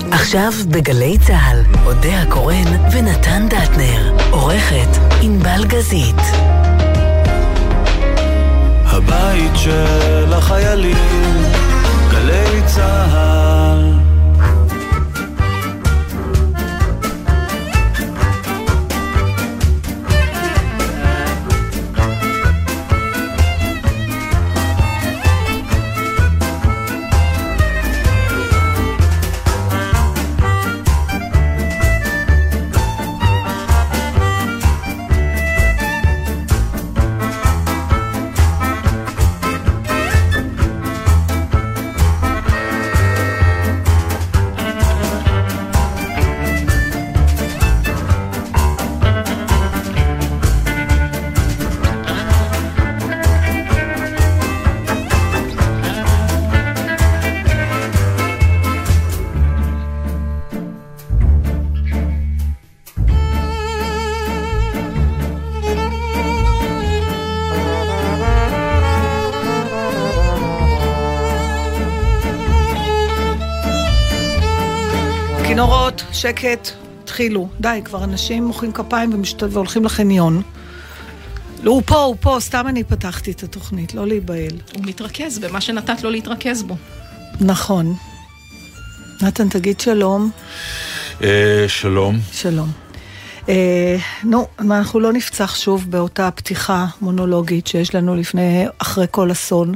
עכשיו בגלי צהל, אודיה קורן ונתן דטנר, עורכת ענבל גזית. הבית של החיילים, גלי צהל. כינורות, שקט, התחילו. די, כבר אנשים מוחאים כפיים והולכים לחניון. לא, הוא פה, סתם אני פתחתי את התוכנית, לא להיבהל. הוא מתרכז במה שנתת לו להתרכז בו. נכון. נתן, תגיד שלום. שלום. שלום. אנחנו לא נפצח שוב באותה פתיחה מונולוגית שיש לנו אחרי כל אסון.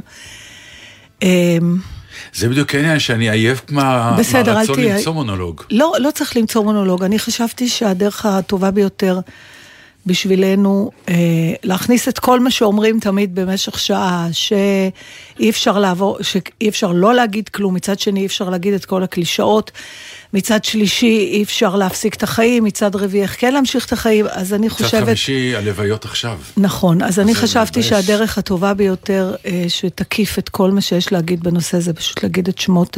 זה בדיוק העניין שאני עייף מהרצון למצוא מונולוג. לא צריך למצוא מונולוג. אני חשבתי שהדרך הטובה ביותר בשבילנו להכניס את כל מה שאומרים תמיד במשך שעה, שאי אפשר לא להגיד כלום, מצד שני אי אפשר להגיד את כל הקלישאות, מצד שלישי אי אפשר להפסיק את החיים, מצד רביעי איך כן להמשיך את החיים, אז אני חושבת... מצד חמישי הלוויות עכשיו. נכון, אז אני חשבתי שהדרך הטובה ביותר שתקיף את כל מה שיש להגיד בנושא זה, פשוט להגיד את שמות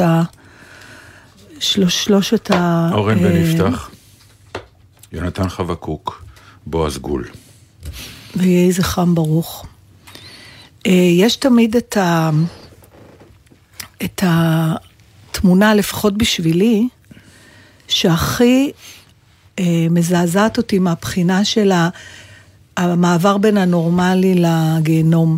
שלושת אורן בן יפתח, יונתן חבקוק, בועז גול. ויהי זכרם ברוך. יש תמיד את התמונה, לפחות בשבילי, שהכי מזעזעת אותי מהבחינה של המעבר בין הנורמלי לגיהנום.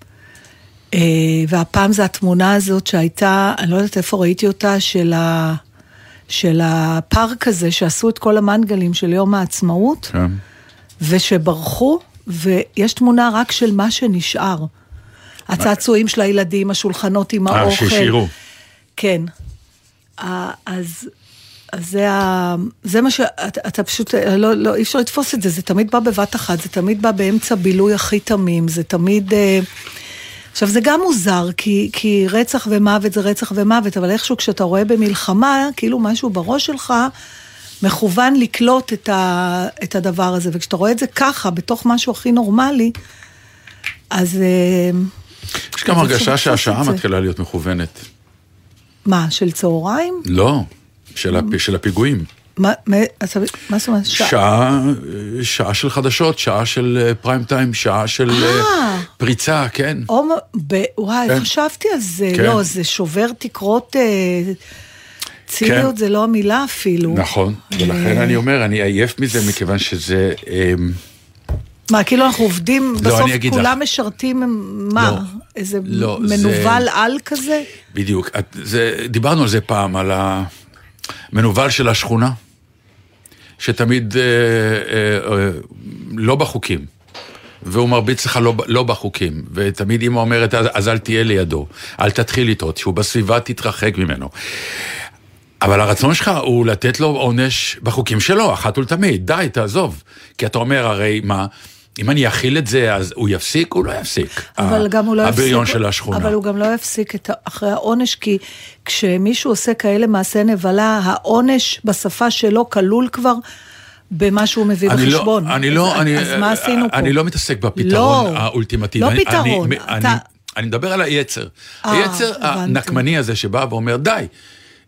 והפעם זה התמונה הזאת שהייתה, אני לא יודעת איפה ראיתי אותה, של הפארק הזה שעשו את כל המנגלים של יום העצמאות, ושברחו, ויש תמונה רק של מה שנשאר. הצעצועים של הילדים, השולחנות עם האוכל. ששירו. כן. אז זה מה שאתה פשוט, לא, אי אפשר לתפוס את זה, זה תמיד בא בבת אחת, זה תמיד בא באמצע בילוי הכי תמים, זה תמיד... עכשיו זה גם מוזר, כי רצח ומוות זה רצח ומוות, אבל איכשהו כשאתה רואה במלחמה, כאילו משהו בראש שלך, מכוון לקלוט את הדבר הזה, וכשאתה רואה את זה ככה, בתוך משהו הכי נורמלי, אז... יש גם הרגשה שהשעה מתחילה להיות מכוונת. מה, של צהריים? לא, של הפיגועים. מה זאת אומרת? שעה של חדשות, שעה של פריים טיים, שעה של פריצה, כן. וואי, חשבתי על זה, לא, זה שובר תקרות ציליות, זה לא המילה אפילו. נכון, ולכן אני אומר, אני עייף מזה מכיוון שזה... מה, כאילו אנחנו עובדים, בסוף כולם משרתים, מה? איזה מנובל על כזה? בדיוק, דיברנו על זה פעם, על המנובל של השכונה, שתמיד לא בחוקים, והוא מרביץ לך לא בחוקים, ותמיד אמא אומרת, אז אל תהיה לידו, אל תתחיל איתו, שהוא בסביבה תתרחק ממנו. אבל הרצון שלך הוא לתת לו עונש בחוקים שלו, אחת ולתמיד, די, תעזוב. כי אתה אומר, הרי מה, אם אני אכיל את זה, אז הוא יפסיק, הוא לא יפסיק. אבל גם הוא לא יפסיק. הבריון של השכונה. אבל הוא גם לא יפסיק אחרי העונש, כי כשמישהו עושה כאלה מעשה נבלה, העונש בשפה שלו כלול כבר במה שהוא מביא בחשבון. אז מה עשינו פה? אני לא מתעסק בפתרון האולטימטיבי. לא פתרון. אני מדבר על היצר. היצר הנקמני הזה שבא ואומר, די,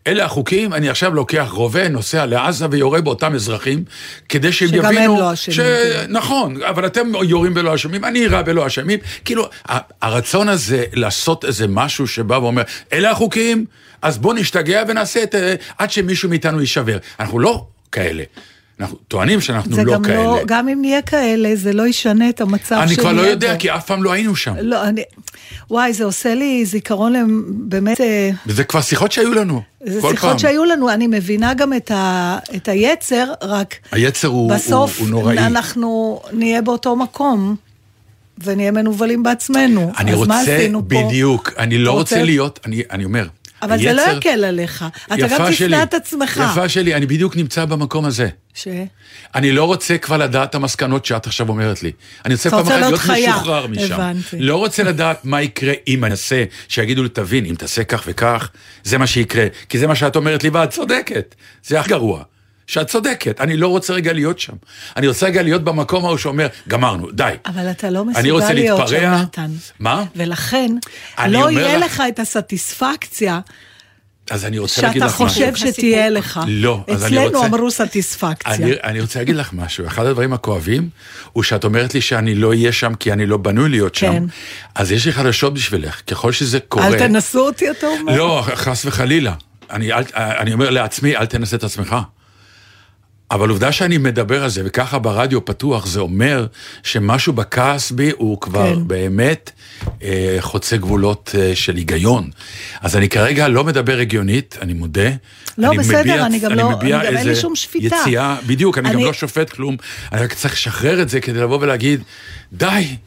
אלה החוקים, אני עכשיו לוקח רובה, נוסע לעזה ויורה באותם אזרחים, כדי שהם יבינו... שגם הם לא אשמים. נכון, אבל אתם יורים ולא אשמים, אני אירה ולא אשמים. כאילו, הרצון הזה לעשות איזה משהו שבא ואומר, אלה החוקים, אז בוא נשתגע ונעשה את... עד שמישהו מאיתנו יישבר. אנחנו לא כאלה. אנחנו טוענים שאנחנו לא כאלה. לא, גם אם נהיה כאלה, זה לא ישנה את המצב אני כבר לא יודע, כי אף פעם לא היינו שם. לא, וואי, זה עושה לי זיכרון באמת... וזה כבר שיחות שהיו לנו. זה שיחות שהיו לנו, אני מבינה גם את היצר, רק... היצר הוא נוראי. בסוף אנחנו נהיה באותו מקום, ונהיה מנובלים בעצמנו. אני רוצה, בדיוק, אני לא רוצה להיות, אני אומר... אבל זה לא יקל עליך. אתה גם תפנה את עצמך. יפה שלי, אני בדיוק נמצא במקום הזה. אני לא רוצה כבר לדעת המסקנות שאת עכשיו אומרת לי. אני רוצה פעם אחת להיות משוחרר משם. לא רוצה לדעת מה יקרה אם אני אעשה, שיגידו לי, תבין, אם תעשה כך וכך, זה מה שיקרה. כי זה מה שאת אומרת לי, ואת צודקת. זה הכי גרוע. שאת צודקת, אני לא רוצה רגע להיות שם. אני רוצה רגע להיות במקום ההוא שאומר, גמרנו, די. אבל אתה לא מסוגל להיות שם, נתן. מה? ולכן, לא יהיה לך את הסטיספקציה, אז אני רוצה להגיד לך משהו. שאתה חושב שתהיה לך. לא, אז אני רוצה... אצלנו אמרו סטיספקציה. אני רוצה להגיד לך משהו. אחד הדברים הכואבים, הוא שאת אומרת לי שאני לא אהיה שם, כי אני לא בנוי להיות שם. אז יש לי חדשות בשבילך. ככל שזה קורה... אל תנסו אותי, אתה אומר? לא, חס וחלילה. אני אומר לעצמי, אל תנסה את עצמך. אבל עובדה שאני מדבר על זה, וככה ברדיו פתוח, זה אומר שמשהו בכעס בי הוא כבר באמת חוצה גבולות של היגיון. אז אני כרגע לא מדבר הגיונית, אני מודה. לא, בסדר, אני גם אין לי שום שפיטה. יציאה, בדיוק, אני גם לא שופט כלום. אני רק צריך לשחרר את זה כדי לבוא ולהגיד, די,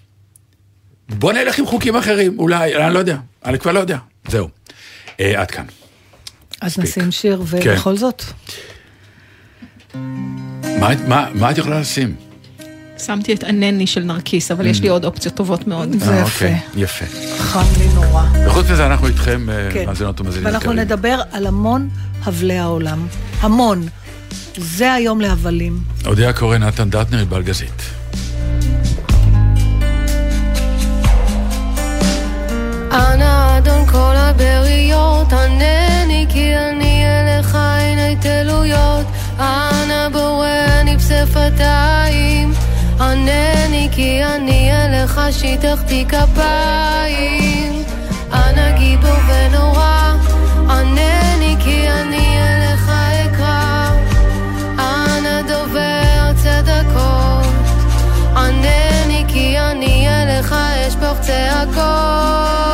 בוא נלך עם חוקים אחרים, אולי, אני לא יודע, אני כבר לא יודע. זהו, עד כאן. אז נשים שיר, ובכל זאת... מה את יכולה לשים? שמתי את ענני של נרקיס, אבל יש לי עוד אופציות טובות מאוד. זה יפה. יפה. חם לי נורא. וחוץ מזה אנחנו איתכם, מאזינות ומאזינים. ואנחנו נדבר על המון הבלי העולם. המון. זה היום להבלים. אודיה קורן, נתן דטנר, בלגזית. אנא אדון כל הבריות, ענני כי אני אליך עיני תלויות. אנא בורני בשפתיים, ענני כי אני אליך שיתחתי כפיים. אנא גיבור ונורא, ענני כי אני אליך אקרא. אנא דובר צדקות, ענני כי אני אליך אשפוך צעקות.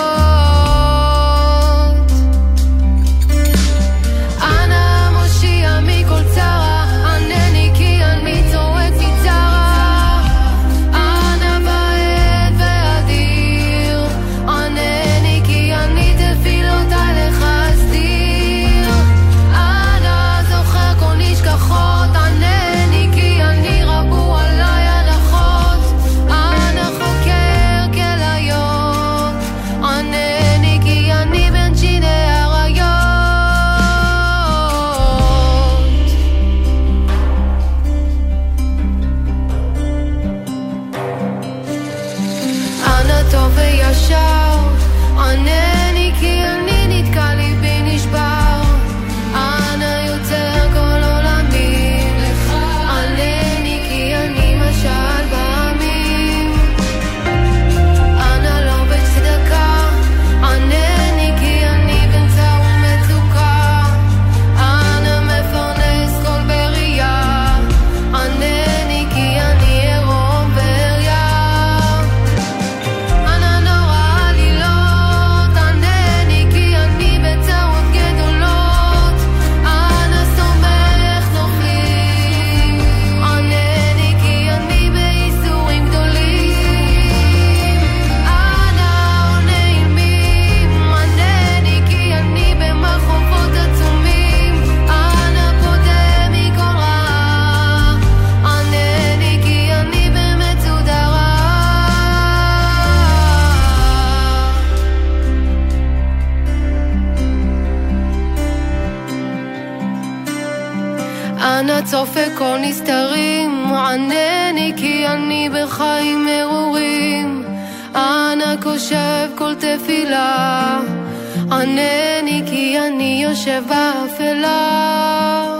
צופה כל נסתרים, ענני כי אני בחיים מרורים. אנא קושב כל תפילה, ענני כי אני יושב באפלה.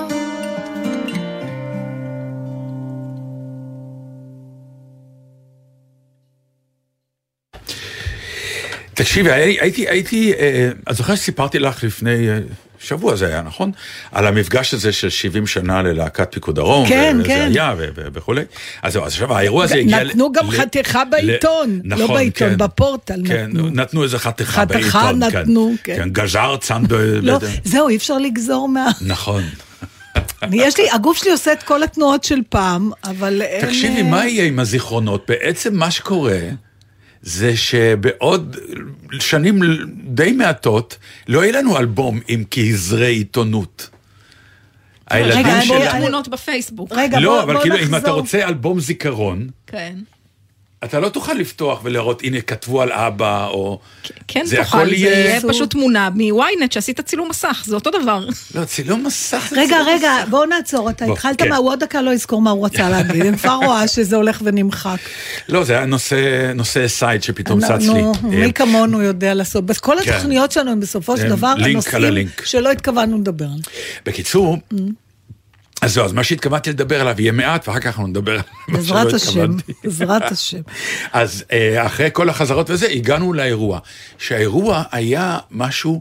תקשיבי, הייתי, את זוכרת שסיפרתי לך לפני שבוע זה היה, נכון? על המפגש הזה של 70 שנה ללהקת פיקוד דרום. כן, וזה כן. היה וכולי. אז עכשיו, האירוע הזה הגיע... נתנו גם חתיכה בעיתון, נכון, לא בעיתון, כן. בפורטל כן, נתנו. נתנו איזה חתיכה בעיתון. חתיכה נתנו, כן. כן, גזר צנד... לא, זהו, אי אפשר לגזור מה... נכון. הגוף שלי עושה את כל התנועות של פעם, אבל... תקשיבי, מה יהיה עם הזיכרונות? בעצם מה שקורה... זה שבעוד שנים די מעטות, לא יהיה לנו אלבום עם כעזרי עיתונות. רגע, בואו תמונות בפייסבוק. לא, אבל כאילו, אם אתה רוצה אלבום זיכרון, כן. אתה לא תוכל לפתוח ולראות, הנה, כתבו על אבא, או... כן תוכל, זה יהיה פשוט תמונה מוויינט שעשית צילום מסך, זה אותו דבר. לא, צילום מסך... רגע, בואו נעצור, אתה התחלת מה, הוא עוד דקה לא יזכור מה הוא רצה להגיד, אני כבר רואה שזה הולך ונמחק. לא, זה היה נושא סייד שפתאום צץ לי. מי כמונו יודע לעשות, כל התוכניות שלנו הם בסופו של דבר הנושאים שלא התכוונו לדבר. בקיצור... אז זהו, אז מה שהתכוונתי לדבר עליו יהיה מעט, ואחר כך אנחנו נדבר על מה שלא התכוונתי. בעזרת השם. אז אחרי כל החזרות וזה, הגענו לאירוע. שהאירוע היה משהו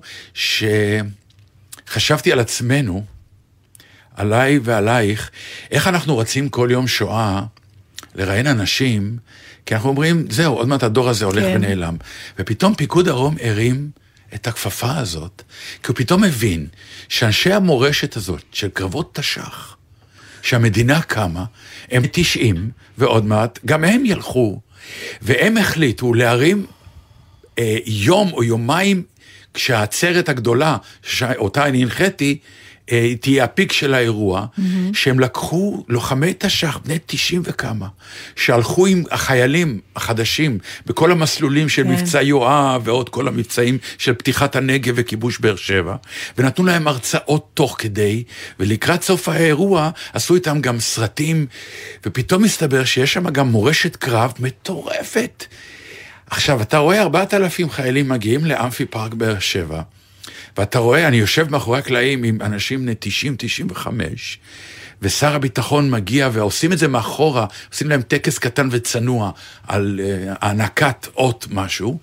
שחשבתי על עצמנו, עליי ועלייך, איך אנחנו רצים כל יום שואה לראיין אנשים, כי אנחנו אומרים, זהו, עוד מעט הדור הזה הולך ונעלם. ופתאום פיקוד דרום הרים את הכפפה הזאת, כי הוא פתאום מבין שאנשי המורשת הזאת של קרבות תש"ח, שהמדינה קמה, הם 90 ועוד מעט, גם הם ילכו, והם החליטו להרים יום או יומיים, כשהעצרת הגדולה, אותה אני הנחיתי, תהיה הפיק של האירוע, שהם לקחו לוחמי תש"ח, בני 90 וכמה, שהלכו עם החיילים החדשים, בכל המסלולים של מבצע יואב, ועוד כל המבצעים של פתיחת הנגב וכיבוש באר שבע, ונתנו להם הרצאות תוך כדי, ולקראת סוף האירוע, עשו איתם גם סרטים, ופתאום מסתבר שיש שם גם מורשת קרב מטורפת. עכשיו, אתה רואה 4,000 חיילים מגיעים לאמפי פארק באר שבע, ואתה רואה, אני יושב מאחורי הקלעים עם אנשים נטישים 95, ושר הביטחון מגיע, ועושים את זה מאחורה, עושים להם טקס קטן וצנוע, על הענקת אות משהו,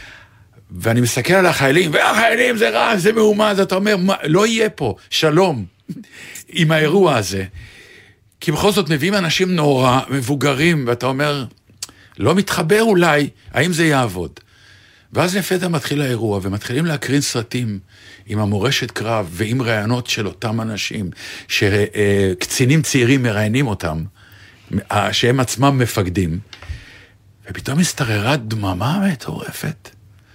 ואני מסתכל על החיילים, והחיילים זה רע, זה מהומה, אז אתה אומר, לא יהיה פה, שלום, עם האירוע הזה. כי בכל זאת מביאים אנשים נורא, מבוגרים, ואתה אומר, לא מתחבר אולי, האם זה יעבוד? ואז לפתע מתחיל האירוע, ומתחילים להקרין סרטים עם המורשת קרב, ועם רעיונות של אותם אנשים, שקצינים צעירים מראיינים אותם, שהם עצמם מפקדים, ופתאום הסתררה דממה מטורפת.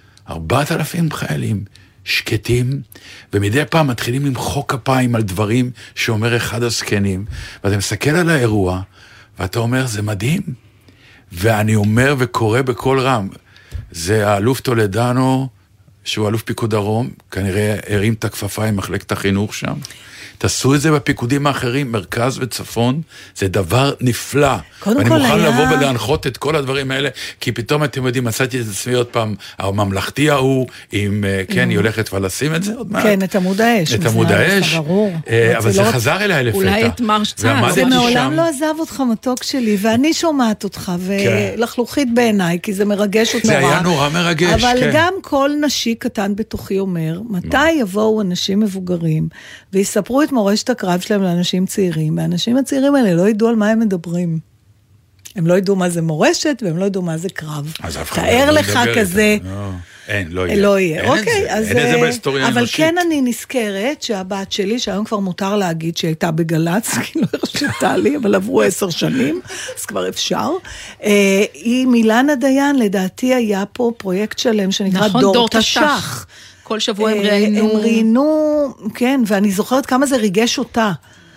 4,000 חיילים שקטים, ומדי פעם מתחילים למחוא כפיים על דברים שאומר אחד הזקנים, ואתה מסתכל על האירוע, ואתה אומר, זה מדהים. ואני אומר וקורא בכל רם, זה האלוף טולדנו, שהוא אלוף פיקוד דרום, כנראה הרים את הכפפה עם מחלקת החינוך שם. תעשו את זה בפיקודים האחרים, מרכז וצפון, זה דבר נפלא. ואני מוכן לבוא ולהנחות את כל הדברים האלה, כי פתאום אתם יודעים, מצאתי את עצמי עוד פעם, הממלכתי ההוא, אם כן, היא הולכת ולשים את זה עוד מעט. כן, את עמוד האש. את עמוד האש. אבל זה חזר אליי לפתע. אולי את מרש צה"ל. זה מעולם לא עזב אותך מתוק שלי, ואני שומעת אותך, ולחלוכית בעיניי, כי זה מרגש אותך. זה היה נורא מרגש, אבל גם כל נשי קטן בתוכי אומר, מתי יבואו אנשים מבוגרים, ויספרו את מורשת הקרב שלהם לאנשים צעירים, והאנשים הצעירים האלה לא ידעו על מה הם מדברים. הם לא ידעו מה זה מורשת, והם לא ידעו מה זה קרב. תאר לך כזה... אין, לא יהיה. לא יהיה, אוקיי. אין את זה בהיסטוריה האנושית. אבל כן אני נזכרת שהבת שלי, שהיום כבר מותר להגיד שהיא הייתה בגלץ, כי לא הרשתה לי, אבל עברו 10 שנים, אז כבר אפשר. היא מילנה דיין, לדעתי היה פה פרויקט שלם שנקרא דור תש"ח. כל שבוע הם ראיינו, כן, ואני זוכרת כמה זה ריגש אותה.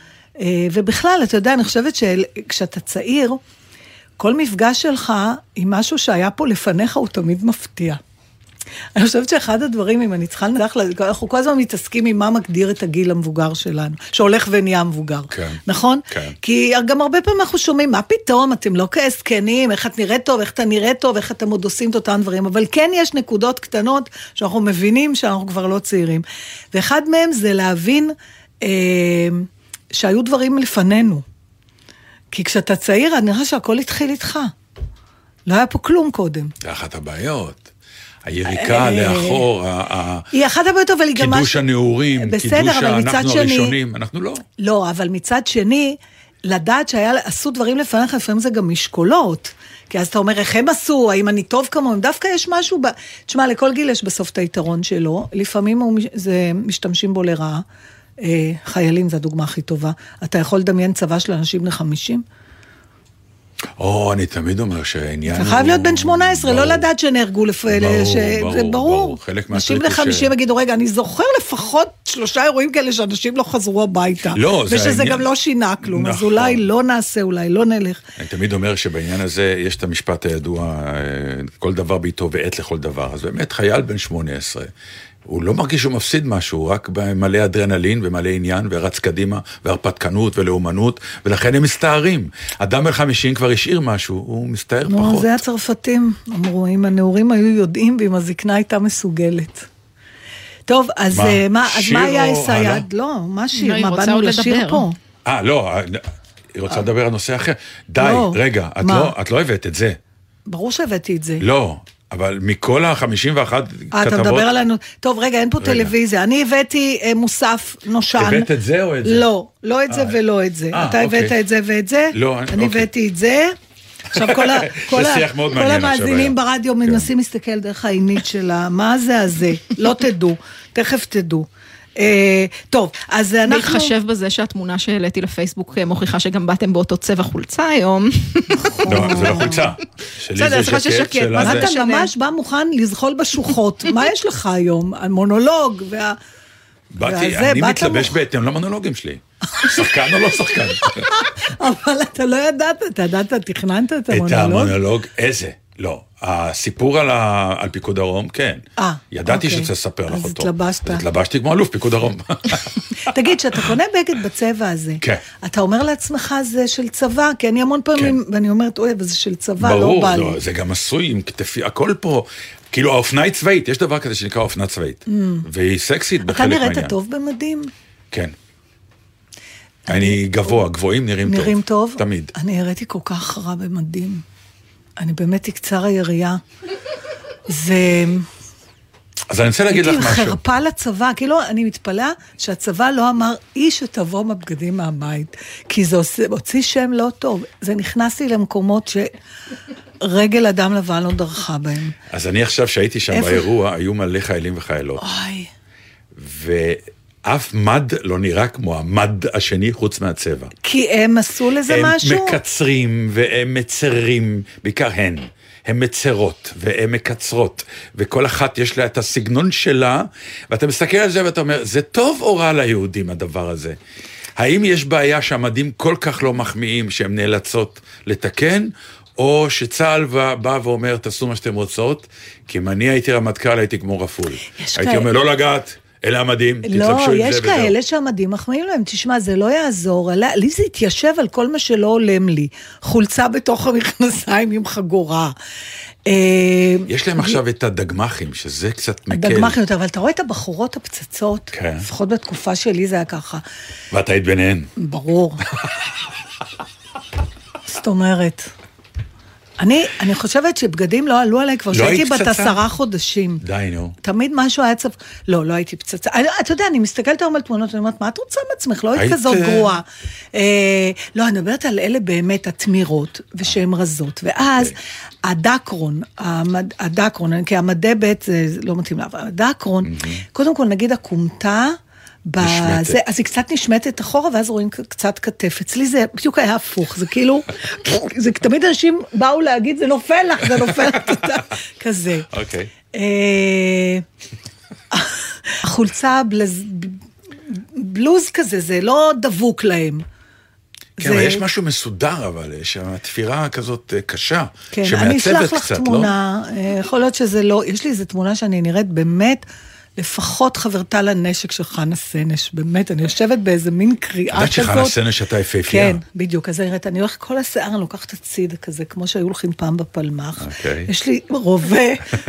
ובכלל, אתה יודע, אני חושבת שכשאתה צעיר, כל מפגש שלך עם משהו שהיה פה לפניך הוא תמיד מפתיע. אני חושבת שאחד הדברים, אם אני צריכה לנדח, אנחנו כל הזמן מתעסקים עם מה מגדיר את הגיל המבוגר שלנו, שהולך ונהיה מבוגר. כן. נכון? כן. כי גם הרבה פעמים אנחנו שומעים, מה פתאום, אתם לא כעסקנים, איך את נראית טוב, איך אתה נראית טוב, איך אתם עוד עושים את אותם דברים, אבל כן יש נקודות קטנות שאנחנו מבינים שאנחנו כבר לא צעירים. ואחד מהם זה להבין שהיו דברים לפנינו. כי כשאתה צעיר, אני חושב שהכל התחיל איתך. לא היה פה כלום קודם. זה אחת הבעיות. היריקה לאחור, היא אחת הבעיות, אבל היא גם קידוש הנעורים, קידוש אנחנו הראשונים, אנחנו לא. לא, אבל מצד שני, לדעת שעשו דברים לפניך, לפעמים זה גם משקולות. כי אז אתה אומר, איך הם עשו, האם אני טוב כמוהם, דווקא יש משהו, תשמע, לכל גיל יש בסוף את היתרון שלו, לפעמים משתמשים בו לרעה, חיילים זה הדוגמה הכי טובה, אתה יכול לדמיין צבא של אנשים בני 50? אני תמיד אומר שהעניין אתה חייב להיות בן 18, לא לדעת שנהרגו זה ברור. אנשים ל-50 יגידו, רגע, אני זוכר לפחות 3 אירועים כאלה שאנשים לא חזרו הביתה. ושזה גם לא שינה כלום, אז אולי לא נעשה, אולי לא נלך. אני תמיד אומר שבעניין הזה יש את המשפט הידוע, כל דבר ביתו ועת לכל דבר. אז באמת חייל בן 18, הוא לא מרגיש שהוא מפסיד משהו, הוא רק מלא אדרנלין ומלא עניין, ורץ קדימה, והרפתקנות ולאומנות, ולכן הם מסתערים. אדם בן 50 כבר השאיר משהו, הוא מסתער פחות. זה הצרפתים, אמרו, אם הנעורים היו יודעים, ואם הזקנה הייתה מסוגלת. טוב, אז מה היה הישייד? לא, מה שיר? מה באנו לשיר פה? לא, היא רוצה לדבר על נושא אחר. די, רגע, את לא הבאת את זה. ברור שהבאתי את זה. לא. אבל מכל ה-51 כתבות... אתה מדבר עלינו... טוב, רגע, אין פה טלוויזיה. אני הבאתי מוסף נושן. הבאת את זה או את זה? לא את זה ולא את זה. אתה הבאת את זה ואת זה. אני הבאתי את זה. עכשיו כל המאזינים ברדיו מנסים להסתכל דרך העינית שלה. מה זה הזה? לא תדעו. תכף תדעו. טוב, אז אנחנו... להתחשב בזה שהתמונה שהעליתי לפייסבוק מוכיחה שגם באתם באותו צבע חולצה היום. לא, זה לא חולצה. בסדר, צריך ששקט. אתה ממש בא מוכן לזחול בשוחות. מה יש לך היום? המונולוג אני מתלבש בהתאם למונולוגים שלי. שחקן או לא שחקן? אבל אתה לא ידעת, אתה ידעת, תכננת את המונולוג? את המונולוג, איזה? לא. הסיפור על פיקוד דרום, כן. ידעתי שצריך לספר לך אותו. אז התלבשת. אז התלבשתי כמו אלוף פיקוד דרום. תגיד, שאתה קונה בגד בצבע הזה, אתה אומר לעצמך זה של צבא, כי אני המון פעמים, ואני אומרת, אוי, אבל זה של צבא, לא בא לי. ברור, זה גם עשוי עם כתפי, הכל פה, כאילו האופנה היא צבאית, יש דבר כזה שנקרא אופנה צבאית, והיא סקסית בחלק מהעניין. אתה נראית טוב במדים? כן. אני גבוה, גבוהים נראים טוב. תמיד. אני הראיתי כל כך רע במדים. אני באמת תקצר היריעה. אז אני רוצה להגיד לך משהו. הייתי חרפה לצבא, כאילו אני מתפלאה שהצבא לא אמר איש שתבוא מבגדים מהבית, כי זה הוציא שם לא טוב. זה נכנס לי למקומות שרגל אדם לבן לא דרכה בהם. אז אני עכשיו שהייתי שם באירוע, היו מלא חיילים וחיילות. אף מד לא נראה כמו המד השני חוץ מהצבע. כי הם עשו לזה משהו? הם מקצרים והם מצרים, בעיקר הן מצרות והן מקצרות, וכל אחת יש לה את הסגנון שלה, ואתה מסתכל על זה ואתה אומר, זה טוב או רע ליהודים הדבר הזה? האם יש בעיה שהמדים כל כך לא מחמיאים שהם נאלצות לתקן, או שצהל בא ואומר, תעשו מה שאתם רוצות, כי אם אני הייתי רמטכ"ל הייתי כמו רפול. הייתי אומר, לא לגעת, אלה המדים, לא, יש כאלה שהמדים מחמיאים להם, תשמע, זה לא יעזור, לי זה התיישב על כל מה שלא עולם לי, חולצה בתוך המכנסיים עם חגורה. יש להם עכשיו את הדגמחים, שזה קצת מקל. הדגמחים, אבל אתה רואה את הבחורות הפצצות, לפחות בתקופה שלי זה היה ככה. ואת היית ביניהן. ברור. זאת אומרת... אני חושבת שבגדים לא עלו עליי כבר שהייתי בת 10 חודשים. די, נו. תמיד משהו היה לא הייתי פצצה. אתה יודע, אני מסתכלת היום על תמונות, אני אומרת, מה את רוצה מעצמך? לא היית כזאת גרועה. לא, אני מדברת על אלה באמת התמירות, ושהן רזות. ואז הדקרון, כי המדי בית זה לא מתאים לה, אבל הדקרון, קודם כל נגיד הקומתה, אז היא קצת נשמטת אחורה, ואז רואים קצת כתף. אצלי זה בדיוק היה הפוך, זה כאילו, זה תמיד אנשים באו להגיד, זה נופל לך, זה נופל לך, כזה. אוקיי. החולצה בלוז כזה, זה לא דבוק להם. כן, אבל יש משהו מסודר, אבל יש תפירה כזאת קשה, כן, שמעצבת אני אשלח קצת, לך תמונה, יכול להיות שזה לא, יש לי איזו תמונה שאני נראית באמת, לפחות חברתה לנשק של חנה סנש, באמת, אני יושבת באיזה מין קריאה כזאת. יודעת שחנה סנש הייתה יפהפייה. כן, בדיוק, אז אני הולכת כל השיער, אני לוקחת הציד כזה, כמו שהיו הולכים פעם בפלמח. יש לי רובה,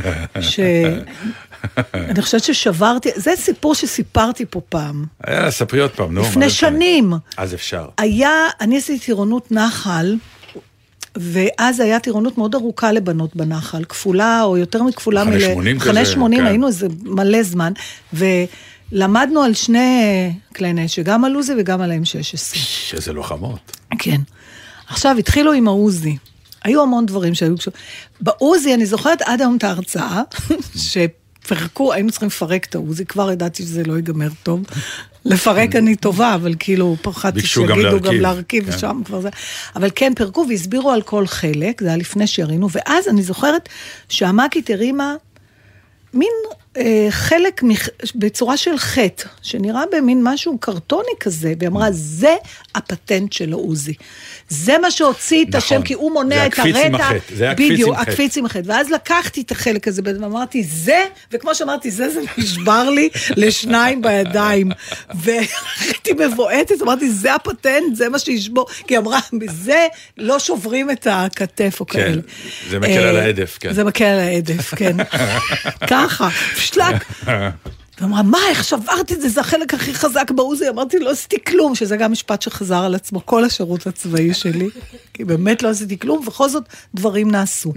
אני חושבת ששברתי, זה סיפור שסיפרתי פה פעם. ספרי עוד פעם, נו. לפני שנים. אז אפשר. אני עשיתי טירונות נחל, ואז היה טירונות מאוד ארוכה לבנות בנחל, כפולה או יותר מכפולה. מחנה 80 כזה. מחנה 80, היינו איזה מלא זמן, ולמדנו על שני כלי נשק, גם על עוזי וגם על M16. שזה לוחמות. כן. עכשיו התחילו עם העוזי. היו המון דברים שהיו קשורים. בעוזי אני זוכרת עד היום את ההרצאה, שפרקו, היינו צריכים לפרק את העוזי, כבר ידעתי שזה לא ייגמר טוב. לפרק אני טובה, אבל כאילו פחדתי שיגידו גם להרכיב, ושם כבר זה. אבל כן, פרקו והסבירו על כל חלק, זה היה לפני שהרינו, ואז אני זוכרת שהמקית הרימה מין חלק בצורה של חטא, שנראה במין משהו קרטוני כזה, והיא אמרה, זה הפטנט של העוזי. זה מה שהוציא את השם, כי הוא מונע את הרדע. זה הקפיץ עם החטא. ואז לקחתי את החלק הזה, ואמרתי, זה, וכמו שאמרתי, זה נשבר לי לשניים בידיים. והייתי מבועטת, אמרתי, זה הפטנט, זה מה שישבור. כי אמרה, בזה לא שוברים את הכתף או כאלה. זה מקל על העדף, כן. זה מקל על העדף, כן. ככה. פשלק. ואמרה, מה, איך שברתי את זה? זה החלק הכי חזק בעוזי. אמרתי, לא עשיתי כלום, שזה גם משפט שחזר על עצמו, כל השירות הצבאי שלי. כי באמת לא עשיתי כלום, ובכל זאת דברים נעשו.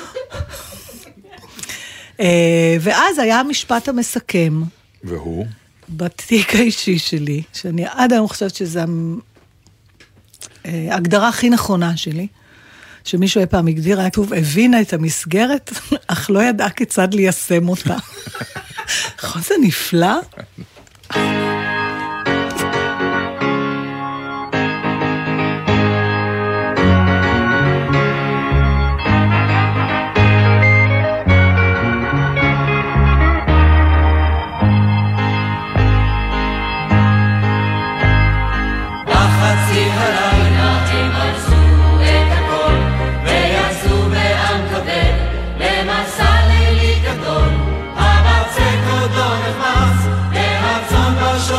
ואז היה המשפט המסכם. והוא? בתיק האישי שלי, שאני עד היום חושבת שזה ההגדרה הכי נכונה שלי, שמישהו פעם הגדיר, היה טוב, הבינה את המסגרת, אך לא ידעה כיצד ליישם אותה. זה נפלא. Show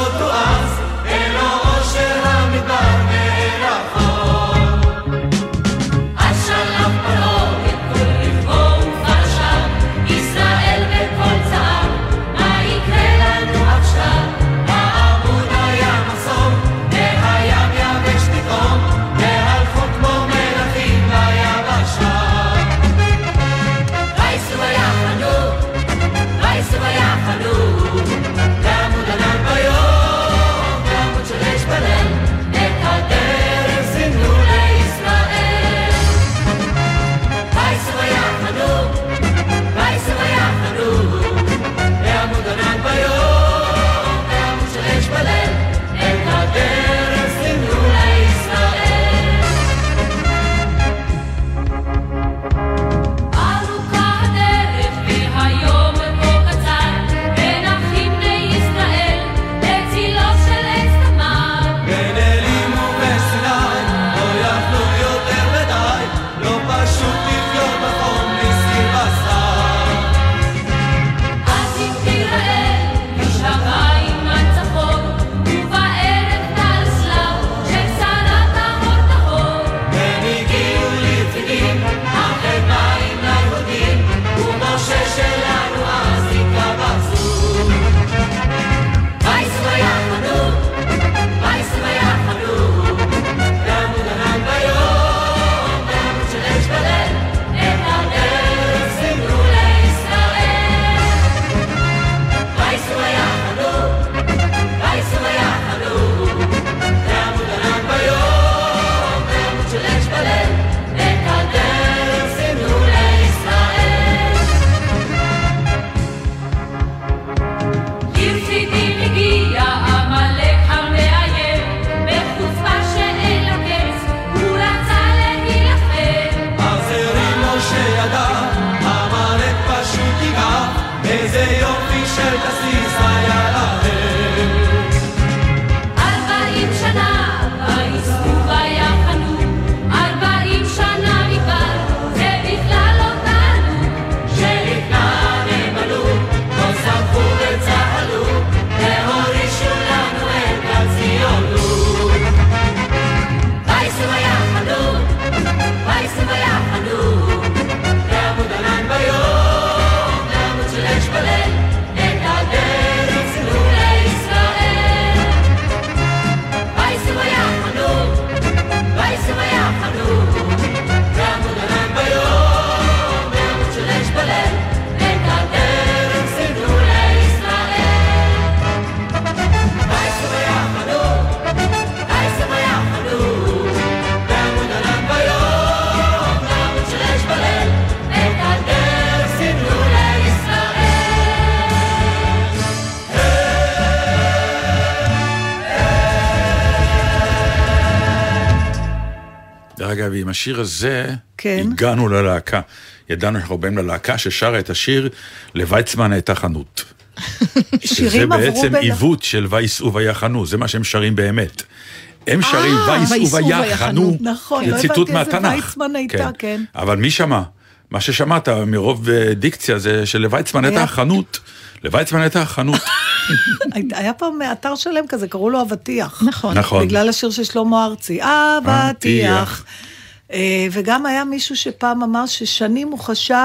דרך אגב, עם השיר הזה, כן. הגענו ללהקה. ידענו שאנחנו באים ללהקה ששרה את השיר לויצמן הייתה חנות. שזה בעצם עיוות של וייסעו ויחנו, זה מה שהם שרים באמת. הם שרים וייסעו ויחנו, נכון, זה ציטוט מהתנ"ך. לא הבנתי איזה ויצמן הייתה, כן. אבל מי שמע? מה ששמעת מרוב דיקציה זה שלויצמן הייתה חנות. לויצמן הייתה חנות. היה פעם אתר שלם כזה, קראו לו אבטיח. נכון. בגלל השיר של שלמה ארצי, אבטיח. וגם היה מישהו שפעם אמר ששנים הוא חשב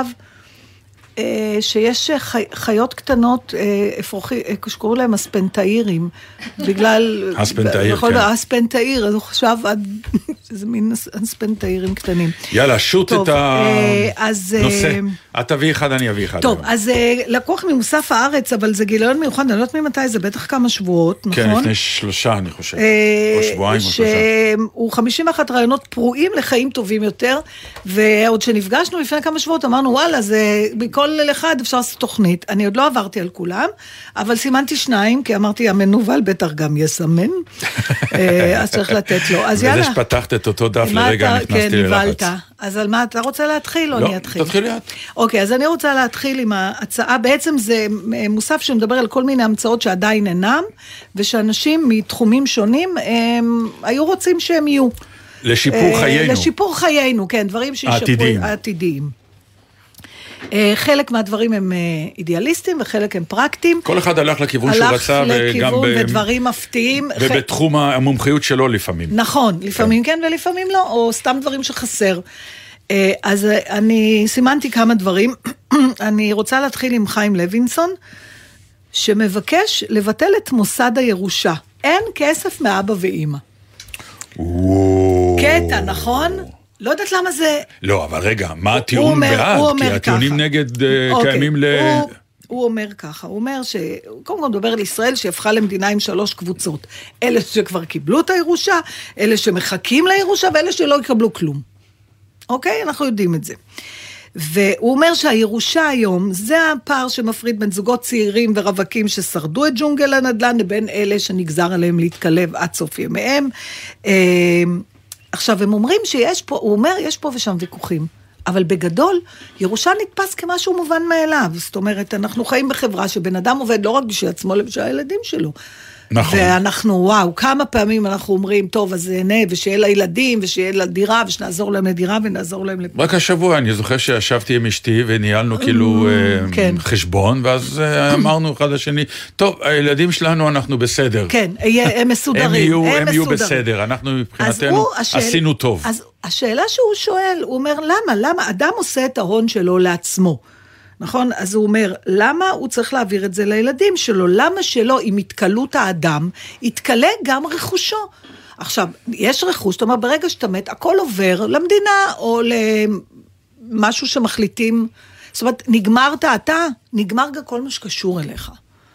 שיש חיות קטנות, שקוראו להם אספנטאירים, בגלל... אספנטאיר, כן. אספנטאיר, אז הוא חשב שזה מין אספנטאירים קטנים. יאללה, שוט את הנושא. את תביא אחד, אני אביא אחד. טוב, אז לקוח ממוסף הארץ, אבל זה גיליון מיוחד, אני לא יודעת ממתי, זה בטח כמה שבועות, נכון? כן, לפני 3, אני חושב. או שבועיים או 3. שהוא 51 רעיונות פרועים לחיים טובים יותר, ועוד שנפגשנו לפני כמה שבועות, אמרנו, וואלה, זה בכל אחד אפשר לעשות תוכנית. אני עוד לא עברתי על כולם, אבל סימנתי 2, כי אמרתי, המנובל בטח גם יסמן, אז צריך לתת לו. אז יאללה. וזה שפתחת את אותו דף לרגע, נכנסתי ללחץ. אז על מה, אתה רוצה להתחיל או אני אתחיל? לא, תתחיל ליד. אוקיי, אז אני רוצה להתחיל עם ההצעה, בעצם זה מוסף שמדבר על כל מיני המצאות שעדיין אינם, ושאנשים מתחומים שונים, היו רוצים שהם יהיו. לשיפור חיינו. לשיפור חיינו, כן, דברים שישפרו עתידיים. חלק מהדברים הם אידיאליסטים וחלק הם פרקטיים. כל אחד הלך לכיוון שהוא רצה. הלך לכיוון ודברים מפתיעים. ובתחום המומחיות שלו לפעמים. נכון, לפעמים כן ולפעמים לא, או סתם דברים שחסר. אז אני סימנתי כמה דברים. אני רוצה להתחיל עם חיים לוינסון, שמבקש לבטל את מוסד הירושה. אין כסף מאבא ואמא. קטע, נכון? לא יודעת למה זה... לא, אבל רגע, מה הטיעון בעד? כי הטיעונים נגד קיימים ל... הוא אומר ככה, הוא אומר קודם כל מדבר על ישראל שהפכה למדינה עם 3 קבוצות. אלה שכבר קיבלו את הירושה, אלה שמחכים לירושה, ואלה שלא יקבלו כלום. אוקיי? אנחנו יודעים את זה. והוא אומר שהירושה היום, זה הפער שמפריד בין זוגות צעירים ורווקים ששרדו את ג'ונגל הנדל"ן, לבין אלה שנגזר עליהם להתקלב עד סוף ימיהם. עכשיו, הם אומרים שיש פה, הוא אומר, יש פה ושם ויכוחים, אבל בגדול, ירושה נתפס כמשהו מובן מאליו, זאת אומרת, אנחנו חיים בחברה שבן אדם עובד לא רק בשביל עצמו, אלא בשביל הילדים שלו. נכון. ואנחנו, וואו, כמה פעמים אנחנו אומרים, טוב, אז נהנה, ושיהיה לילדים, ושיהיה לדירה, ושנעזור להם לדירה, ונעזור להם רק השבוע, אני זוכר שישבתי עם אשתי, וניהלנו כאילו חשבון, ואז אמרנו אחד לשני, טוב, הילדים שלנו אנחנו בסדר. כן, הם מסודרים. הם יהיו בסדר, אנחנו מבחינתנו עשינו טוב. אז השאלה שהוא שואל, הוא אומר, למה? אדם עושה את ההון שלו לעצמו. נכון? אז הוא אומר, למה הוא צריך להעביר את זה לילדים שלו? למה שלא, אם התקלות האדם, יתקלה גם רכושו? עכשיו, יש רכוש, זאת אומרת, ברגע שאתה מת, הכל עובר למדינה, או למשהו שמחליטים, זאת אומרת, נגמרת אתה, נגמר גם כל מה שקשור אליך.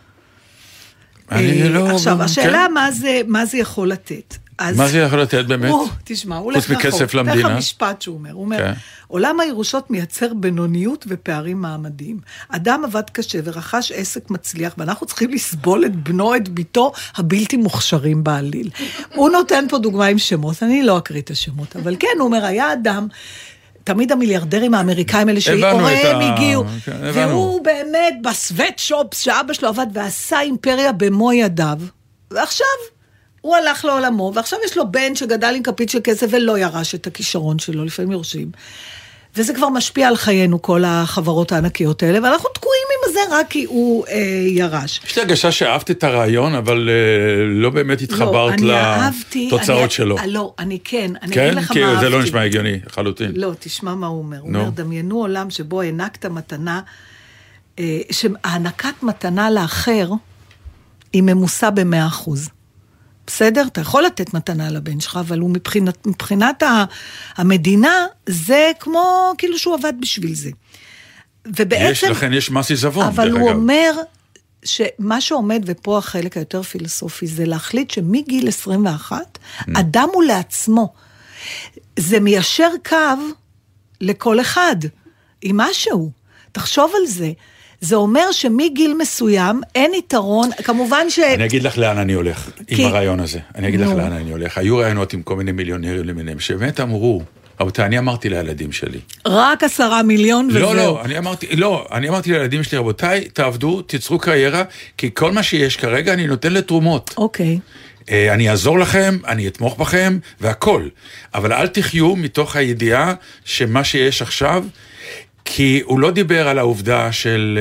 עכשיו, השאלה מה זה יכול לתת? מה זה יכול לתת באמת? תשמע, הוא הולך רחוק. חוץ מכסף למדינה. איך המשפט שהוא אומר? הוא אומר, עולם הירושות מייצר בינוניות ופערים מעמדיים. אדם עבד קשה ורכש עסק מצליח, ואנחנו צריכים לסבול את בנו, את ביתו, הבלתי מוכשרים בעליל. הוא נותן פה דוגמה עם שמות, אני לא אקריא את השמות, אבל כן, הוא אומר, היה אדם, תמיד המיליארדרים האמריקאים האלה שהוריהם הגיעו, והוא באמת בסווט שופס שאבא שלו עבד ועשה אימפריה במו ידיו, ועכשיו הוא הלך לעולמו, ועכשיו יש לו בן שגדל עם כפית של כסף ולא ירש את הכישרון שלו, לפעמים יורשים. וזה כבר משפיע על חיינו, כל החברות הענקיות האלה, ואנחנו תקועים עם זה רק כי הוא ירש. יש לי הרגשה שאהבת את הרעיון, אבל לא באמת התחברת לתוצאות שלו. לא, אני כן, אני כן? אגיד לך כי מה אהבתי. זה לא נשמע הגיוני, חלוטין. לא, תשמע מה הוא אומר. הוא אומר, דמיינו עולם שבו הענקת מתנה, שהענקת מתנה לאחר, היא ממוסה ב100%. בסדר? אתה יכול לתת מתנה לבן שלך, אבל הוא מבחינת המדינה, זה כמו כאילו שהוא עבד בשביל זה. ובעצם... לכן יש מס עיזבון, אבל הוא אומר שמה שעומד, ופה החלק היותר פילוסופי, זה להחליט שמגיל 21, אדם הוא לעצמו. זה מיישר קו לכל אחד, עם משהו. תחשוב על זה. זה אומר שמגיל מסוים אין יתרון, כמובן אני אגיד לך לאן אני הולך עם הרעיון הזה. אני אגיד לך לאן אני הולך. היו רעיונות עם כל מיני מיליונרים למיניהם, שבאמת אמרו, רבותיי, אני אמרתי לילדים שלי. רק 10 מיליון וזהו. לא, אני אמרתי לילדים שלי, רבותיי, תעבדו, תיצרו קריירה, כי כל מה שיש כרגע אני נותן לתרומות. אוקיי. אני אעזור לכם, אני אתמוך בכם, והכל. אבל אל תחיו מתוך הידיעה שמה שיש עכשיו, כי הוא לא דיבר על העובדה של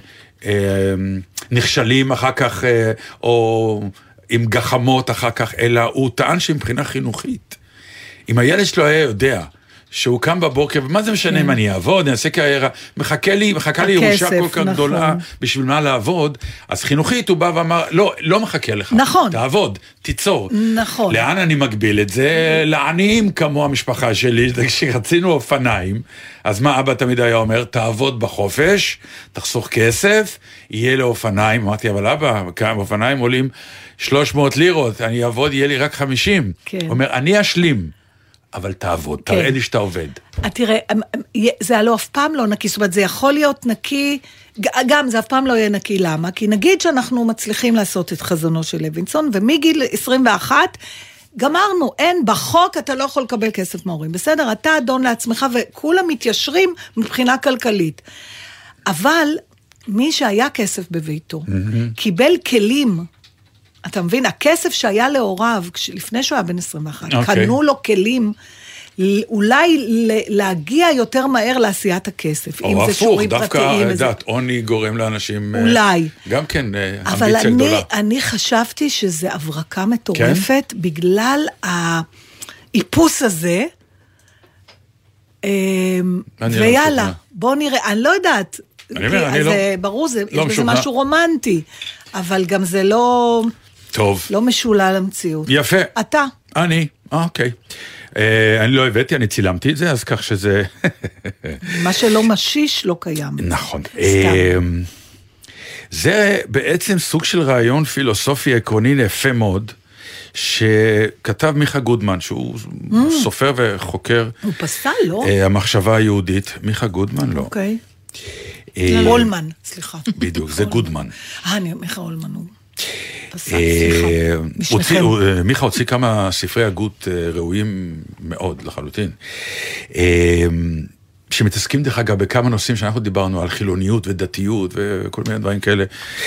נכשלים אחר כך, או עם גחמות אחר כך, אלא הוא טען שמבחינה חינוכית. אם הילד שלו היה יודע שהוא קם בבוקר, ומה זה משנה אם אני אעבוד, אני אעשה קריירה, מחכה לי ירושה כל כך גדולה בשביל מה לעבוד, אז חינוכית הוא בא ואמר, לא מחכה לך, תעבוד, תיצור. נכון. לאן אני מגביל את זה? לעניים כמו המשפחה שלי, כשרצינו אופניים, אז מה אבא תמיד היה אומר? תעבוד בחופש, תחסוך כסף, יהיה לאופניים. אמרתי, אבל אבא, אופניים עולים 300 לירות, אני אעבוד, יהיה לי רק 50. הוא אומר, אני אשלים. אבל תעבוד, תראה לי שאתה עובד. תראה, זה הלא אף פעם לא נקי, זאת אומרת, זה יכול להיות נקי, גם זה אף פעם לא יהיה נקי, למה? כי נגיד שאנחנו מצליחים לעשות את חזונו של לוינסון, ומגיל 21, גמרנו, אין, בחוק אתה לא יכול לקבל כסף מההורים, בסדר? אתה אדון לעצמך, וכולם מתיישרים מבחינה כלכלית. אבל מי שהיה כסף בביתו, קיבל כלים, אתה מבין, הכסף שהיה להוריו, לפני שהוא היה בן 21, קנו לו כלים, אולי להגיע יותר מהר לעשיית הכסף, אם זה שיעורים פרטיים. או הפוך, דווקא עוני גורם לאנשים, אולי. גם כן, אמביציה גדולה. אבל אני חשבתי שזה הברקה מטורפת, בגלל האיפוס הזה, ויאללה, בוא נראה, אני לא יודעת, זה ברור, יש בזה משהו רומנטי, אבל גם זה לא... טוב. לא משולל המציאות. יפה. אתה. אני, אוקיי. אני לא הבאתי, אני צילמתי את זה, אז כך שזה... מה שלא משיש לא קיים. נכון. זה בעצם סוג של רעיון פילוסופי עקרוני יפה מאוד, שכתב מיכה גודמן, שהוא סופר וחוקר. הוא פסל, לא? המחשבה היהודית. מיכה גודמן, לא. אוקיי. אולמן, סליחה. בדיוק, זה גודמן. מיכה אולמן הוא. מיכה הוציא כמה ספרי הגות ראויים מאוד לחלוטין, שמתעסקים דרך אגב בכמה נושאים שאנחנו דיברנו על חילוניות ודתיות וכל מיני דברים כאלה,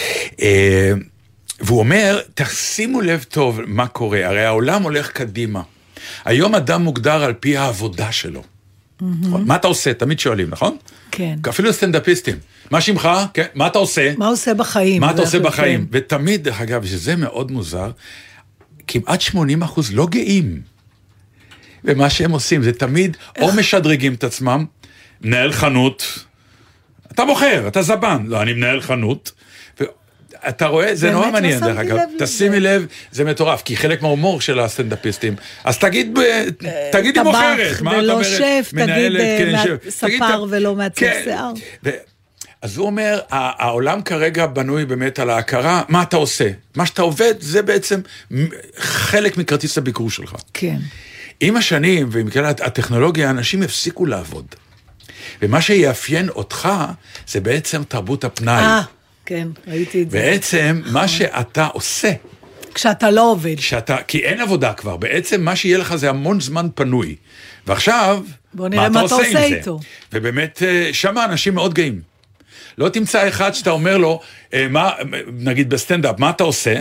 והוא אומר, תשימו לב טוב מה קורה, הרי העולם הולך קדימה, היום אדם מוגדר על פי העבודה שלו, מה אתה עושה? תמיד שואלים, נכון? כן. אפילו סטנדאפיסטים. מה שמך? כן. מה אתה עושה? מה עושה בחיים? מה אתה עושה בחיים? ותמיד, דרך אגב, שזה מאוד מוזר, כמעט 80% לא גאים. ומה שהם עושים, זה תמיד או משדרגים את עצמם, מנהל חנות, אתה בוחר, אתה זבן. לא, אני מנהל חנות. אתה רואה, זה נורא מעניין, דרך אגב. תשימי לב, זה מטורף, כי חלק מההומור של הסטנדאפיסטים, אז תגיד היא מוכרת. טבח ולא שף, תגיד ספר ולא מעצב שיער. אז הוא אומר, העולם כרגע בנוי באמת על ההכרה, מה אתה עושה? מה שאתה עובד, זה בעצם חלק מכרטיס הביקור שלך. כן. עם השנים, ועם כאלה הטכנולוגיה, אנשים הפסיקו לעבוד. ומה שיאפיין אותך, זה בעצם תרבות הפנאי. כן, ראיתי את זה. בעצם מה שאתה עושה. כשאתה לא עובד. כי אין עבודה כבר. בעצם מה שיהיה לך זה המון זמן פנוי. ועכשיו, בוא נראה מה אתה עושה איתו. ובאמת, שם האנשים מאוד גאים. לא תמצא אחד שאתה אומר לו, נגיד בסטנדאפ, מה אתה עושה?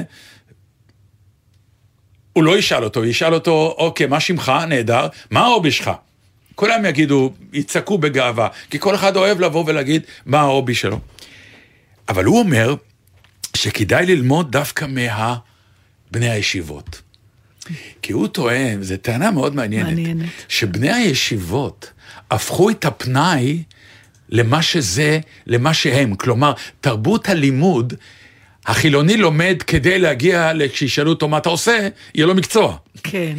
הוא לא ישאל אותו, ישאל אותו, אוקיי, מה שמך? נהדר. מה ההובי שלך? כולם יגידו, יצעקו בגאווה, כי כל אחד אוהב לבוא ולהגיד מה ההובי שלו. אבל הוא אומר שכדאי ללמוד דווקא בני הישיבות. כי הוא טוען, זו טענה מאוד מעניינת, שבני הישיבות הפכו את הפנאי למה שהם. כלומר, תרבות הלימוד, החילוני לומד כדי להגיע, כשישאלו אותו מה אתה עושה, יהיה לו מקצוע. כן.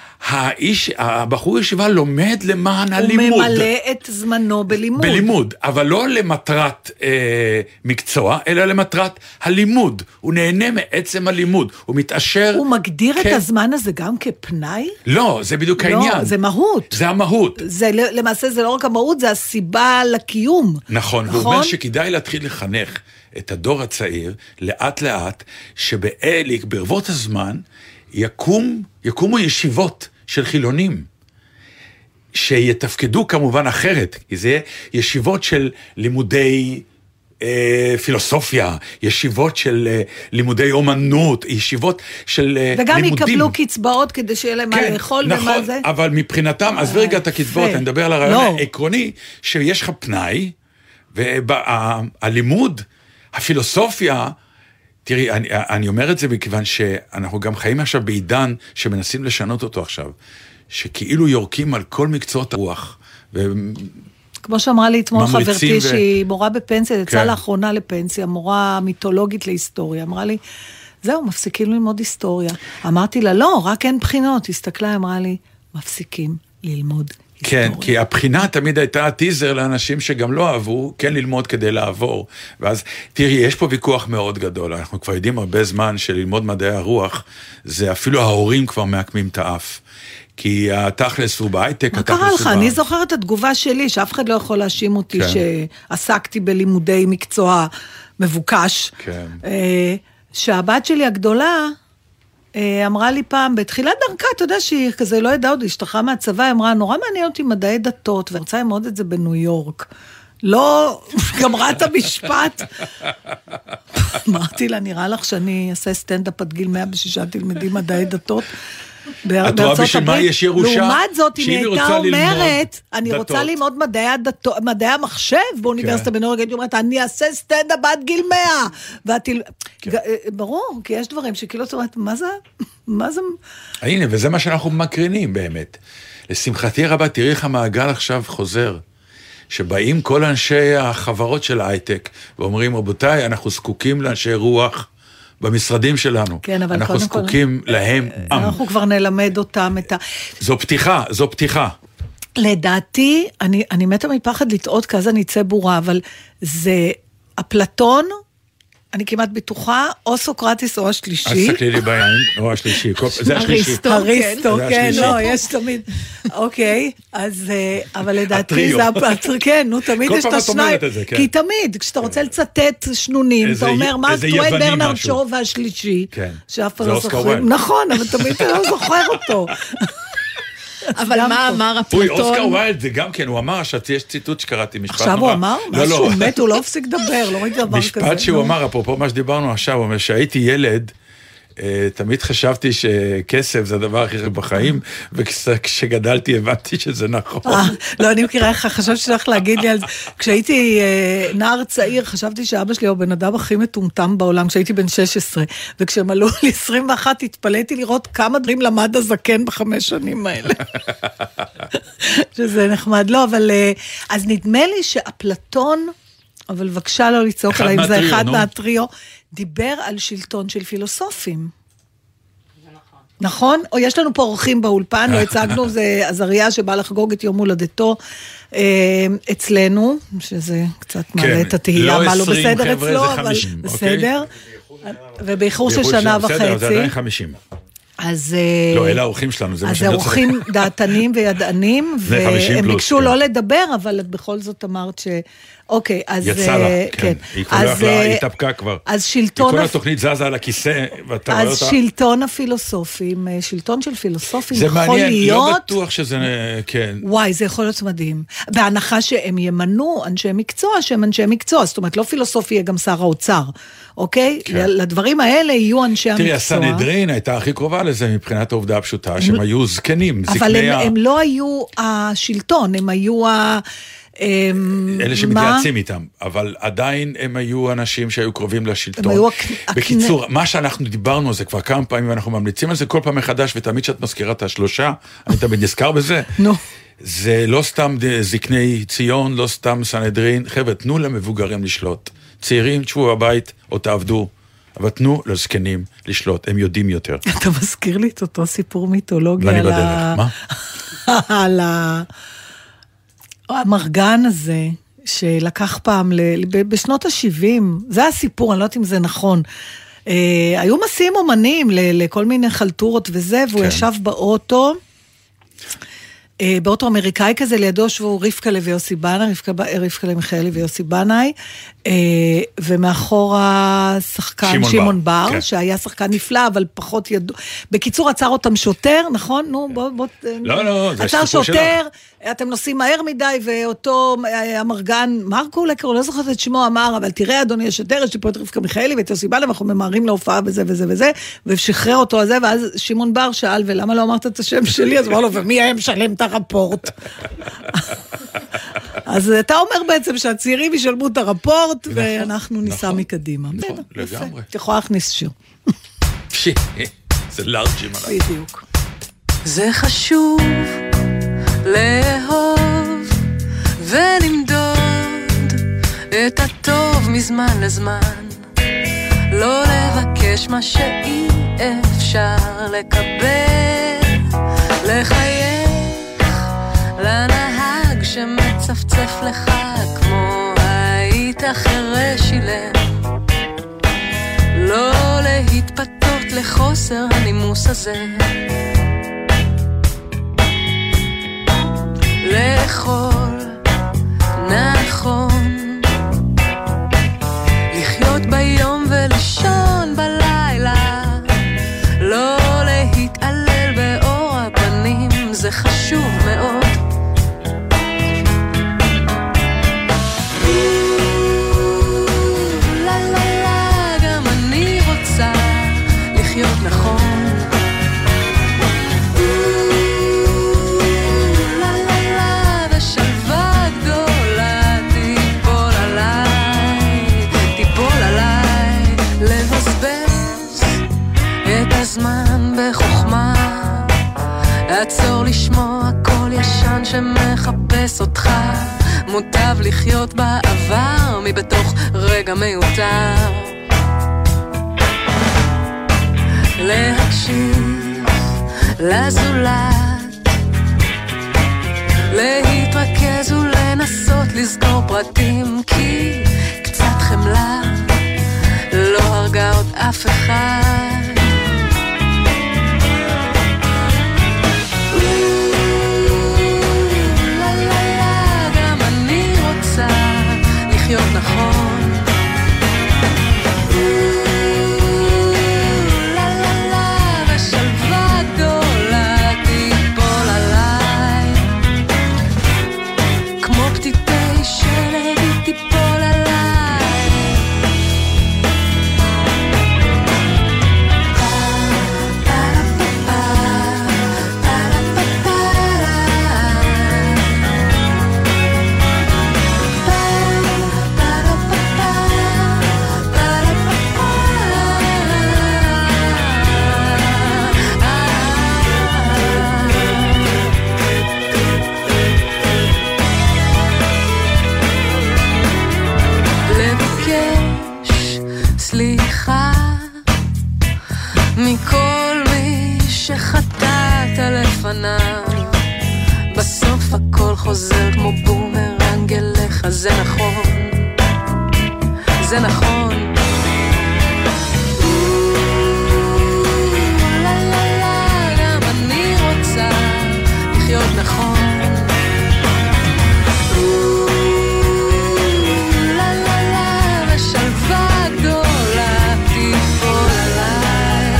הבחור ישיבה לומד למען הלימוד. הוא ממלא את זמנו בלימוד. בלימוד, אבל לא למטרת מקצוע, אלא למטרת הלימוד. הוא נהנה מעצם הלימוד, הוא מתעשר. הוא מגדיר את הזמן הזה גם כפנאי? לא, זה בדיוק העניין. לא, זה מהות. זה המהות. למעשה זה לא רק המהות, זה הסיבה לקיום. נכון, והוא אומר שכדאי להתחיל לחנך את הדור הצעיר, לאט לאט, ברבות הזמן, יקומו ישיבות של חילונים, שיתפקדו כמובן אחרת, כי זה ישיבות של לימודי פילוסופיה, ישיבות של לימודי אומנות, ישיבות של וגם לימודים. וגם יקבלו קצבאות כדי שיהיה להם מה לאכול ומה נכון, זה. אבל מבחינתם, אז רגע את הקצבאות, אני מדבר על הרעיון העקרוני, שיש לך פנאי, והלימוד, הפילוסופיה, תראי, אני אומר את זה מכיוון שאנחנו גם חיים עכשיו בעידן שמנסים לשנות אותו עכשיו, שכאילו יורקים על כל מקצועות הרוח, כמו שאמרה לי אתמול חברתי שהיא מורה בפנסיה, יצאה לאחרונה לפנסיה, מורה מיתולוגית להיסטוריה, אמרה לי, זהו, מפסיקים ללמוד היסטוריה. אמרתי לה, לא, רק אין בחינות. הסתכלה, אמרה לי, מפסיקים ללמוד היסטוריה. כן, כי הבחינה תמיד הייתה טיזר לאנשים שגם לא אהבו, כן ללמוד כדי לעבור. ואז, תראי, יש פה ויכוח מאוד גדול. אנחנו כבר יודעים הרבה זמן שללמוד מדעי הרוח, זה אפילו ההורים כבר מעקמים את האף. כי התכלס הוא בהייטק, מה קרה לך? אני זוכרת את התגובה שלי, שאף אחד לא יכול להאשים אותי שעסקתי בלימודי מקצוע מבוקש. שהבת שלי הגדולה אמרה לי פעם, בתחילת דרכה, אתה יודע שהיא כזה לא ידעה עוד, השתחררה מהצבא, היא אמרה, נורא מעניין אותי מדעי דתות, ואני רוצה ללמוד את זה בניו יורק. לא, גמרה את המשפט. אמרתי לה, נראה לך שאני אעשה סטנדאפ עד גיל 106 תלמדים מדעי דתות. את רואה בשביל מה יש ירושה? לעומת זאת, אם היא הייתה אומרת, אני רוצה ללמוד מדעי המחשב באוניברסיטה בניו יורק, היא אומרת, אני אעשה סטנדאפ עד גיל 100. ברור, כי יש דברים שכאילו, זאת אומרת, מה זה? הנה, וזה מה שאנחנו מקרינים באמת. לשמחתי רבה, תראי איך המעגל עכשיו חוזר, שבאים כל אנשי החברות של ההייטק, ואומרים, רבותיי, אנחנו זקוקים לאנשי רוח, במשרדים שלנו. כן, אבל אנחנו זקוקים להם. אנחנו כבר נלמד אותם את זו פתיחה. לדעתי, אני מתה מפחד לטעות, כי אז אני אצא בורה, אבל זה אפלטון, אני כמעט בטוחה, או סוקרטיס או השלישי. אז תקלי לי בעין, או השלישי. זה השלישי. אריסטו, כן, לא, יש תמיד. אוקיי, אז, אבל לדעתי זה, כן, נו, תמיד יש את השניים. כי תמיד, כשאתה רוצה לצטט שנונים, אתה אומר, מרק טוויין, ברנרד שו והשלישי, שאף פעם לא זוכרים. נכון, אבל תמיד אתה לא זוכר אותו. אבל מה אמר אפלטון? אוסקר ויילד זה גם כן, הוא אמר, יש ציטוט שקראתי, משפט עכשיו הוא אמר? משהו מת, הוא לא הפסיק לדבר, לא ראיתי דבר כזה. משפט שהוא אמר, אפרופו מה שדיברנו עכשיו, הוא אומר שהייתי ילד, תמיד חשבתי שכסף זה הדבר הכי חשוב בחיים, וכשגדלתי הבנתי שזה נכון. לא, אני מכירה איך, חשבתי שלך להגיד לי על זה. כשהייתי נער צעיר, חשבתי שאבא שלי הוא בן אדם הכי מטומטם בעולם, כשהייתי בן 16, וכשמלאו לי 21, התפלאתי לראות כמה דברים למד הזקן ב5 שנים האלה. שזה נחמד. לא, אבל, אז נדמה לי שאפלטון, אבל בבקשה לא לצעוק עליי, אם זה אחד מהטריו, דיבר על שלטון של פילוסופים. זה נכון. נכון? או יש לנו פה אורחים באולפן, לא הצגנו, זה עזריה שבא לחגוג את יום הולדתו אצלנו, שזה קצת מעלה את התהילה, מה לא בסדר אצלו, אבל בסדר. ובאיחור של שנה וחצי. זה עדיין 50. אז לא, אלה האורחים שלנו, זה מה שאני לא צריך. אז האורחים דעתנים וידענים, והם ביקשו לא לדבר, אבל את בכל זאת אמרת ש... אוקיי, אז... יצא לה, כן. היא כולה יכלה, היא התאפקה כבר. אז שלטון... כל התוכנית זזה על הכיסא, ואתה רואה אותה... אז שלטון הפילוסופים, שלטון של פילוסופים יכול להיות... זה מעניין, לא בטוח שזה... כן. וואי, זה יכול להיות מדהים. בהנחה שהם ימנו אנשי מקצוע, שהם אנשי מקצוע, זאת אומרת, לא פילוסופי יהיה גם שר האוצר, אוקיי? לדברים האלה יהיו אנשי המקצוע. תראי, הסנהדרין הייתה הכי קרובה לזה מבחינת העובדה הפשוטה, שהם היו זקנים, אבל הם לא היו השלטון, הם היו אלה שמתייעצים איתם, אבל עדיין הם היו אנשים שהיו קרובים לשלטון. בקיצור, מה שאנחנו דיברנו על זה כבר כמה פעמים, ואנחנו ממליצים על זה כל פעם מחדש, ותמיד שאת מזכירה את השלושה, אני תמיד נזכר בזה. זה לא סתם זקני ציון, לא סתם סנהדרין, חבר'ה, תנו למבוגרים לשלוט. צעירים, תשבו בבית, או תעבדו, אבל תנו לזקנים לשלוט, הם יודעים יותר. אתה מזכיר לי את אותו סיפור מיתולוגי ואני בדרך, מה? על המרגן הזה, שלקח פעם, בשנות ה-70, זה הסיפור, אני לא יודעת אם זה נכון, היו מסעים אומנים לכל מיני חלטורות וזה, והוא ישב באוטו, באוטו אמריקאי כזה, לידו שבו רבקה ויוסי בנאי, רבקה מיכאלי ויוסי בנאי, ומאחורה שחקן שמעון בר, כן. שהיה שחקן נפלא, אבל פחות ידוע. בקיצור, עצר אותם שוטר, נכון? נו, בוא... לא, זה עצר שוטר, אתם נוסעים מהר מדי, ואותו המרגן, מרקו לקר, לא זוכרת את שמו, אמר, אבל תראה, אדוני השוטר, יש לי פה את רבקה מיכאלי ואת יוסי בנאי, ואנחנו ממהרים להופעה וזה וזה וזה, ושחרר אותו הזה, ואז שמעון בר שאל, ולמה לא אמרת את השם שלי? אז אמר לו, ומי היה משלם את הרפורט? אז אתה אומר בעצם שהצעירים ישלמו את הרפורט, ואנחנו ניסע מקדימה. נכון, לגמרי. אתה יכול להכניס שיר. זה לארג'ים עליי. בדיוק. זה חשוב לאהוב ולמדוד את הטוב מזמן לזמן, לא לבקש מה שאי אפשר לקבל, לחייך לנהג שמצפצף לך כמו היית חירש אילם, לא להתפתות לחוסר הנימוס הזה, לאכול נכון, לחיות ביום ולישון בלילה, לא להתעלל באור הפנים, זה חשוב מאוד. גם אני רוצה לחיות נכון, זמן בחוכמה, לעצור לשמוע כל ישן שמחפש אותך, מוטב לחיות בעבר מבתוך רגע מיותר, להקשיב לזולת, להתרכז ולנסות לזכור פרטים, כי קצת חמלה לא הרגה עוד אף אחד. לחיות נכון, ושלווה גדולה תיפול עליי, כמו פתיתי שלג היא תיפול עליי. מכל מי שחטאת לפניו, בסוף הכל חוזר כמו בומרנג אליך, זה נכון, זה נכון. גם אני רוצה לחיות נכון, ושלווה גדולה תיפול עליי,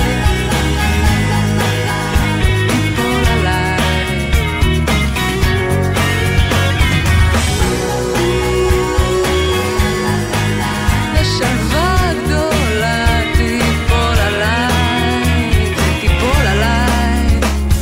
תיפול עליי, ושלווה גדולה תיפול עליי, תיפול עליי.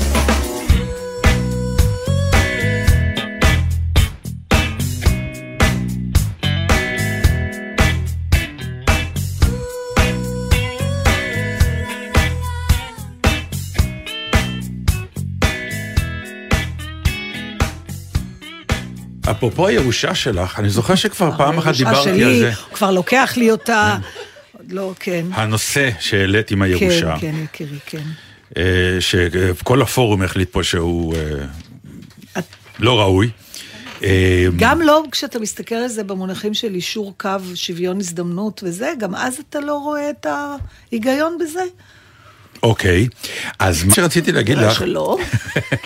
אפרופו הירושה שלך, אני זוכר שכבר פעם אחת דיברתי שלי, על זה. הוא כבר לוקח לי אותה, לא, כן. הנושא שהעלית עם הירושה. כן, כן, יקירי, כן. שכל הפורום החליט פה שהוא לא ראוי. גם לא כשאתה מסתכל על זה במונחים של אישור קו שוויון הזדמנות וזה, גם אז אתה לא רואה את ההיגיון בזה. אוקיי, אז מה שרציתי להגיד לך... שלא.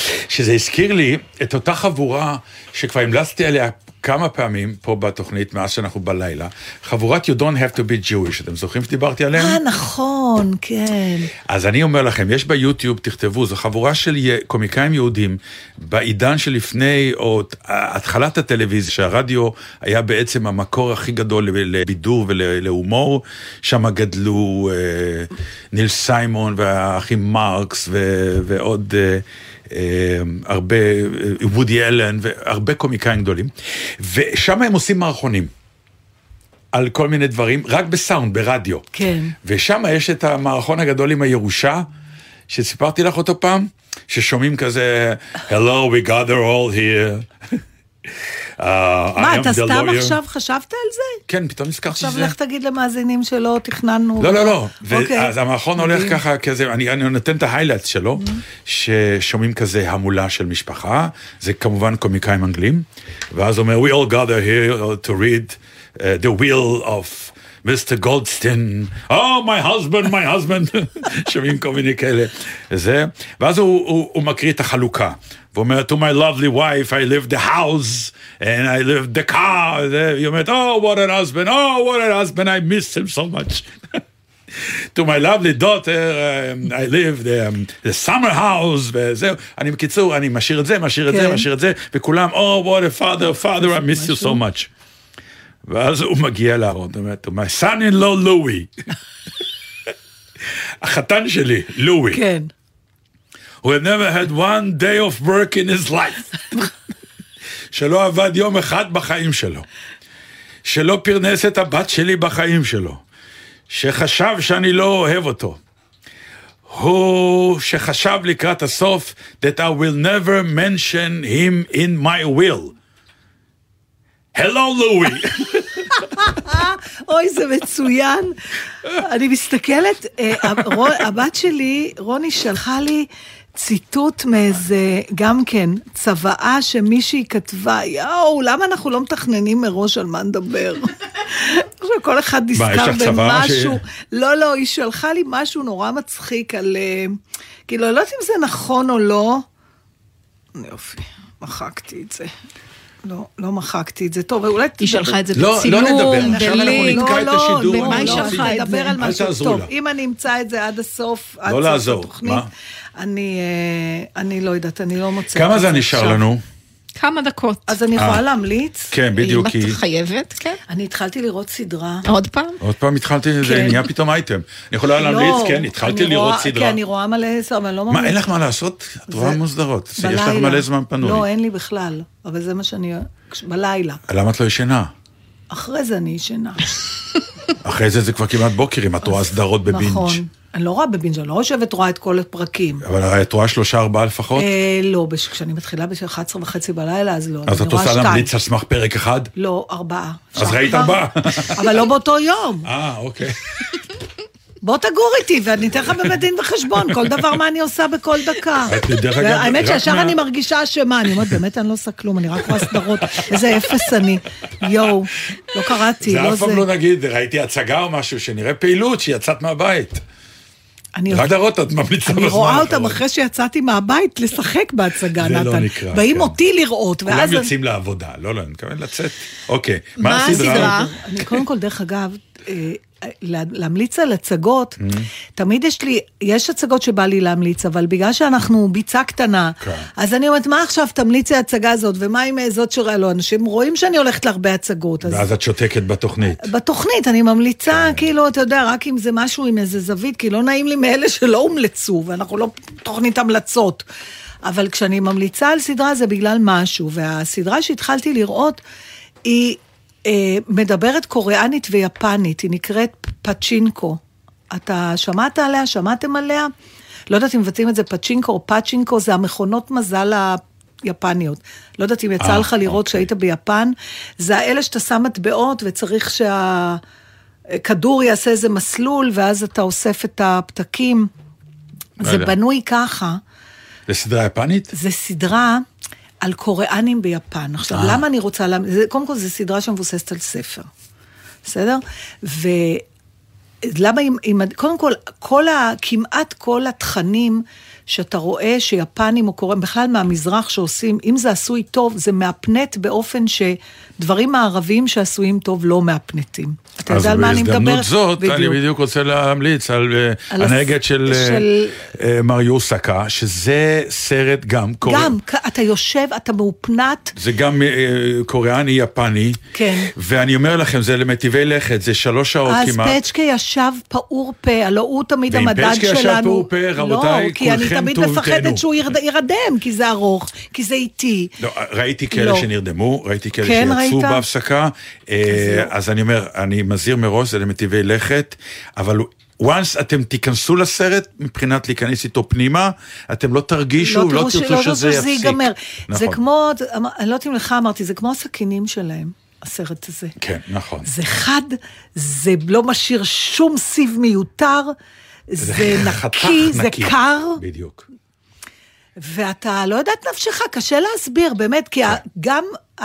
שזה הזכיר לי את אותה חבורה שכבר המלצתי עליה כמה פעמים פה בתוכנית, מאז שאנחנו בלילה, חבורת You Don't Have to be Jewish, אתם זוכרים שדיברתי עליהם? נכון, כן. אז אני אומר לכם, יש ביוטיוב, תכתבו, זו חבורה של קומיקאים יהודים, בעידן שלפני, או התחלת הטלוויזיה, שהרדיו היה בעצם המקור הכי גדול לבידור ולהומור, שם גדלו ניל סיימון והאחים מרקס ועוד הרבה, וודי אלן והרבה קומיקאים גדולים, ושם הם עושים מערכונים על כל מיני דברים, רק בסאונד, ברדיו. כן. ושם יש את המערכון הגדול עם הירושה, שסיפרתי לך אותו פעם, ששומעים כזה, Hello, we gather all here. מה, אתה סתם עכשיו חשבת על זה? כן, פתאום נזכרתי שזה... עכשיו לך תגיד למאזינים שלא תכננו... לא. אז המערכון הולך ככה, כזה, אני נותן את ההיילייט שלו, ששומעים כזה המולה של משפחה, זה כמובן קומיקאים אנגלים, ואז אומר, we all gather here to read the will of Mr. Goldstein, oh, my husband, שומעים כל מיני כאלה, ואז הוא מקריא את החלוקה, הוא אומר, to my lovely wife, I live the house, and I live the car, היא אומרת, oh, what a husband, I miss him so much. To my lovely daughter, I live the summer house, וזהו. אני בקיצור, אני משאיר את זה, וכולם, oh, what a father, I miss you so much. ואז הוא מגיע להראות, הוא אומר, to my son-in-law, Louis. החתן שלי, לואי. כן. who had never had one day of work in his life. שלא עבד יום אחד בחיים שלו. שלא פרנס את הבת שלי בחיים שלו. שחשב שאני לא אוהב אותו. הוא שחשב לקראת הסוף that I will never mention him in my will. Hello, Louis. אוי, זה מצוין. אני מסתכלת, הבת שלי, רוני, שלחה לי ציטוט מאיזה, גם כן, צוואה שמישהי כתבה, יאו, למה אנחנו לא מתכננים מראש על מה נדבר? עכשיו כל אחד נזכר במשהו. לא, היא שלחה לי משהו נורא מצחיק על, כאילו, לא יודעת אם זה נכון או לא. יופי, מחקתי את זה. לא מחקתי את זה. טוב, אולי... היא שלחה את זה בצילום, לא נדבר, עכשיו אנחנו נתקע את השידור. במה היא שלחה את זה? אל תעזרו לה. אם אני אמצא את זה עד הסוף, לא לעזור, מה? אני לא יודעת, אני לא מוצאת. כמה זה נשאר לנו? כמה דקות. אז אני יכולה להמליץ? כן, בדיוק. אם את חייבת, כן. אני התחלתי לראות סדרה. עוד פעם? עוד פעם התחלתי, זה נהיה פתאום אייטם. אני יכולה להמליץ, כן, התחלתי לראות סדרה. כן, אני רואה מלא, אבל לא ממליץ. מה, אין לך מה לעשות? את רואה מוסדרות. יש לך מלא זמן פנוי. לא, אין לי בכלל. אבל זה מה שאני... בלילה. למה את לא ישנה? אחרי זה אני ישנה. אחרי זה כבר כמעט בוקר, אם את רואה סדרות בבינג'. נכון. אני לא רואה בבינג', אני לא חושבת רואה את כל הפרקים. אבל את רואה 3-4 לפחות? לא, כשאני מתחילה ב-11:30 בלילה, אז לא. אז את עושה להמליץ על סמך פרק אחד? לא, 4. אז ראית 4? אבל לא באותו יום. אוקיי. בוא תגור איתי, ואני אתן לך באמת דין וחשבון, כל דבר מה אני עושה בכל דקה. האמת שישר אני מרגישה אשמה, אני אומרת, באמת אני לא עושה כלום, אני רק רואה סדרות, איזה אפס אני, יואו, לא קראתי, לא זה. זה אף פעם לא נגיד, ראיתי הצגה או משהו, שנראה פעילות שיצאת מהבית. רק דרות, את ממליצה בזמן. אני רואה אותם אחרי שיצאתי מהבית לשחק בהצגה, נתן. זה לא נקרא. באים אותי לראות. כולם יוצאים לעבודה, לא, אני מתכוון לצאת. אוקיי, מה הסדרה? אני קודם כל, דרך אגב, להמליץ על הצגות, תמיד יש הצגות שבא לי להמליץ, אבל בגלל שאנחנו ביצה קטנה, אז אני אומרת, מה עכשיו תמליצי ההצגה הזאת, ומה עם זאת שראה לו? אנשים רואים שאני הולכת להרבה הצגות. ואז את שותקת בתוכנית. בתוכנית, אני ממליצה, כאילו, אתה יודע, רק אם זה משהו עם איזה זווית, כי לא נעים לי מאלה שלא הומלצו, ואנחנו לא תוכנית המלצות. אבל כשאני ממליצה על סדרה, זה בגלל משהו, והסדרה שהתחלתי לראות, היא מדברת קוריאנית ויפנית, היא נקראת פאצ'ינקו. אתה שמעת עליה? שמעתם עליה? לא יודעת אם מבצעים את זה פאצ'ינקו או פאצ'ינקו, זה המכונות מזל היפניות. לא יודעת אם יצא לך לראות שהיית ביפן, זה האלה שאתה שם מטבעות וצריך שהכדור יעשה איזה מסלול, ואז אתה אוסף את הפתקים. זה בנוי ככה. זה סדרה יפנית? זה סדרה על קוריאנים ביפן. עכשיו, למה אני רוצה... קודם כל, זו סדרה שמבוססת על ספר. בסדר? למה קודם כל, כמעט כל התכנים שאתה רואה שיפנים או קוראים, בכלל מהמזרח שעושים, אם זה עשוי טוב, זה מאפנט באופן שדברים הערבים שעשויים טוב לא מאפנטים. אתה יודע על מה אני מדבר? אז בהזדמנות זאת, אני בדיוק רוצה להמליץ על הנגד של מריו סקה, שזה סרט גם קוריאני. גם, אתה יושב, אתה מאופנת. זה גם קוריאני, יפני. כן. ואני אומר לכם, זה למטיבי לכת, זה 3 שעות כמעט. אז פצ'קה ישב פעור פה, הלא הוא תמיד המדד שלנו. ואם פצ'קה ישב פעור פה, רבותיי, כי אני תמיד מפחדת שהוא ירדם, כי זה ארוך, כי זה איטי. לא, ראיתי כאלה שנרדמו, ראיתי כאלה שיצאו בהפסקה, אז אני אומר, אני מזהיר מראש, זה למטיבי לכת, אבל once אתם תיכנסו לסרט, מבחינת להיכנס איתו פנימה, אתם לא תרגישו, לא תרצו שזה יפסיק. זה כמו, אני לא יודעת אם לך אמרתי, זה כמו הסכינים שלהם, הסרט הזה. כן, נכון. זה חד, זה לא משאיר שום סיב מיותר, זה נקי, זה קר. בדיוק. ואתה לא יודעת נפשך, קשה להסביר, באמת, כי גם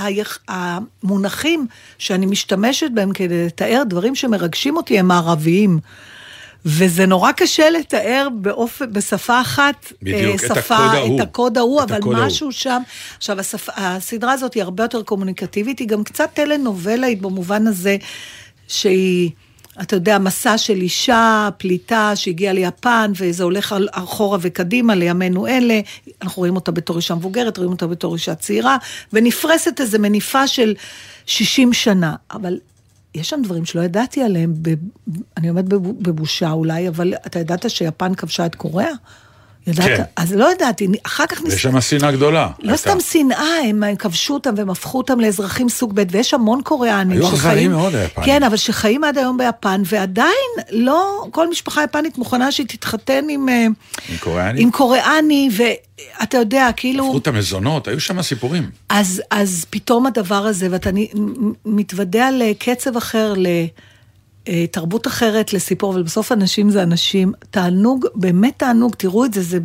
המונחים שאני משתמשת בהם כדי לתאר דברים שמרגשים אותי הם מערביים, וזה נורא קשה לתאר בשפה אחת, בדיוק, את הקוד ההוא, אבל משהו שם, עכשיו הסדרה הזאת היא הרבה יותר קומוניקטיבית, היא גם קצת טלנובלאית במובן הזה, שהיא, אתה יודע, מסע של אישה, פליטה שהגיעה ליפן, וזה הולך אחורה וקדימה לימינו אלה, אנחנו רואים אותה בתור אישה מבוגרת, רואים אותה בתור אישה צעירה, ונפרסת איזו מניפה של 60 שנה, אבל יש שם דברים שלא ידעתי עליהם, אני עומד בבושה אולי, אבל אתה ידעת שיפן כבשה את קוריאה? ידעת? כן. אז לא ידעתי, אחר כך יש שם שנאה גדולה. לא סתם שנאה, הם כבשו אותם והם הפכו אותם לאזרחים סוג ב' ויש המון קוריאנים. היו אכזריים מאוד היפנים. כן, אבל שחיים עד היום ביפן, ועדיין לא, כל משפחה יפנית מוכנה שהיא תתחתן עם קוריאני, ואתה יודע, כאילו... הפכו את המזונות, היו שם סיפורים. אז פתאום הדבר הזה, ואתה מתוודע לקצב אחר, תרבות אחרת לסיפור, אבל בסוף אנשים זה אנשים, תענוג, באמת תענוג, תראו את זה, זה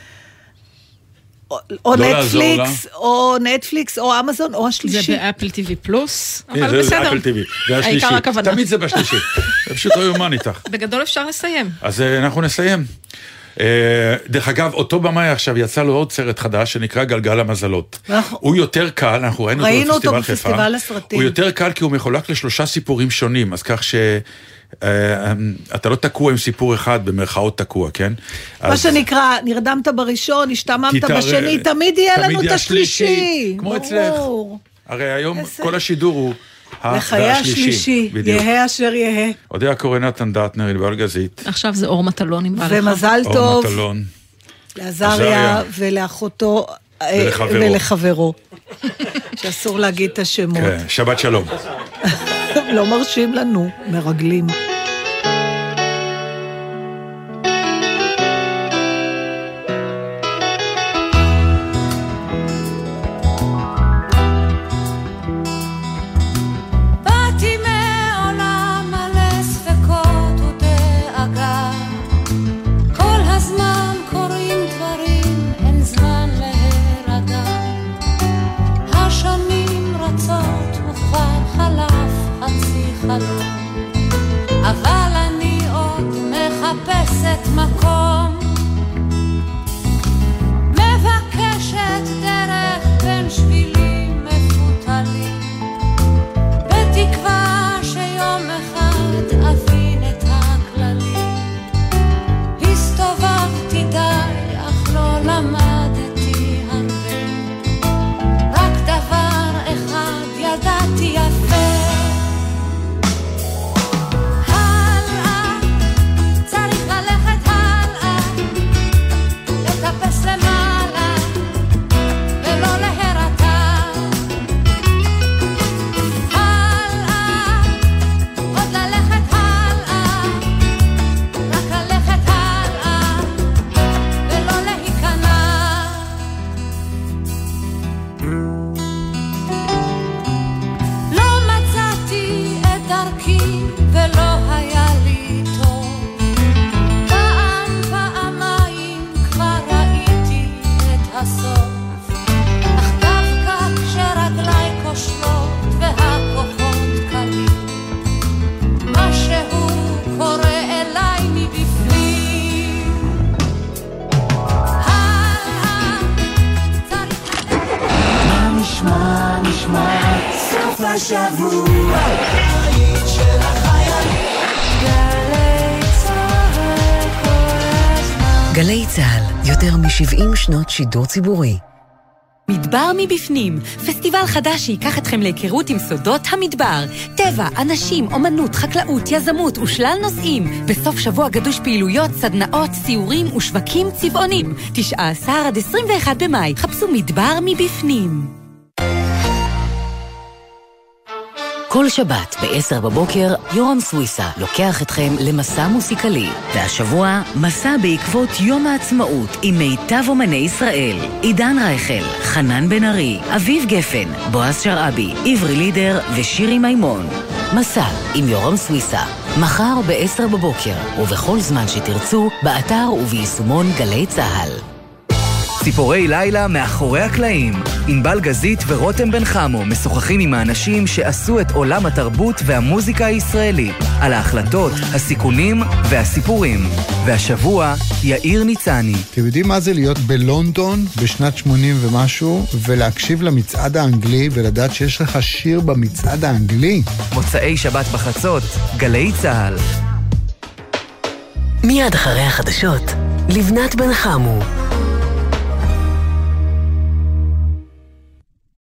או נטפליקס, או אמזון, או השלישי. זה באפל TV פלוס, אבל בסדר. זה אפל TV, זה השלישי. תמיד זה בשלישי. זה פשוט לא יומן איתך. בגדול אפשר לסיים. אז אנחנו נסיים. דרך אגב, אותו במאי עכשיו יצא לו עוד סרט חדש שנקרא גלגל המזלות. הוא יותר קל, אנחנו ראינו אותו בפסטיבל הסרטים. הוא יותר קל כי הוא מחולק ל3 סיפורים שונים, אז כך אתה לא תקוע עם סיפור אחד, במרכאות תקוע, כן? מה שנקרא, נרדמת בראשון, השתממת בשני, תמיד יהיה לנו את השלישי. כמו אצלך. הרי היום כל השידור הוא לחיי השלישי, יהיה אשר יהיה. אודיה קורא נתן דטנר, ענבל גזית. עכשיו זה אור מטלון עם בעלך. ומזל טוב לעזריה ולאחותו ולחברו. שאסור להגיד את השמות. שבת שלום. לא מרשים לנו, מרגלים. אבל אני עוד מחפשת מקום, מבקשת דרך בין שבילים מפותלים, בתקווה שיום אחד אבין את הכללים. הסתובבתי די אך לא למדתי הרבה, רק דבר אחד ידעתי יפה, משהו קורה השבוע, הבית של החיילים. גלי צהל, יותר מ-70 שנות שידור ציבורי. מדבר מבפנים, פסטיבל חדש שיקח אתכם להיכרות עם סודות המדבר. טבע, אנשים, אומנות, חקלאות, יזמות ושלל נושאים. בסוף שבוע גדוש פעילויות, סדנאות, סיורים ושווקים צבעונים. 19 עד 21 במאי, חפשו מדבר מבפנים. כל שבת ב-10 בבוקר, יורם סוויסה לוקח אתכם למסע מוסיקלי. והשבוע, מסע בעקבות יום העצמאות עם מיטב אומני ישראל. עידן רייכל, חנן בן ארי, אביב גפן, בועז שרעבי, עברי לידר ושירי מימון. מסע עם יורם סוויסה. מחר ב-10 בבוקר, ובכל זמן שתרצו, באתר וביישומון גלי צהל. ציפורי לילה מאחורי הקלעים. ענבל גזית ורותם בן חמו משוחחים עם האנשים שעשו את עולם התרבות והמוזיקה הישראלי, על ההחלטות, הסיכונים והסיפורים. והשבוע, יאיר ניצני. אתם יודעים מה זה להיות בלונדון בשנת 80 ומשהו, ולהקשיב למצעד האנגלי ולדעת שיש לך שיר במצעד האנגלי? מוצאי שבת בחצות, גלי צהל. מיד אחרי החדשות, לבנת בן חמו.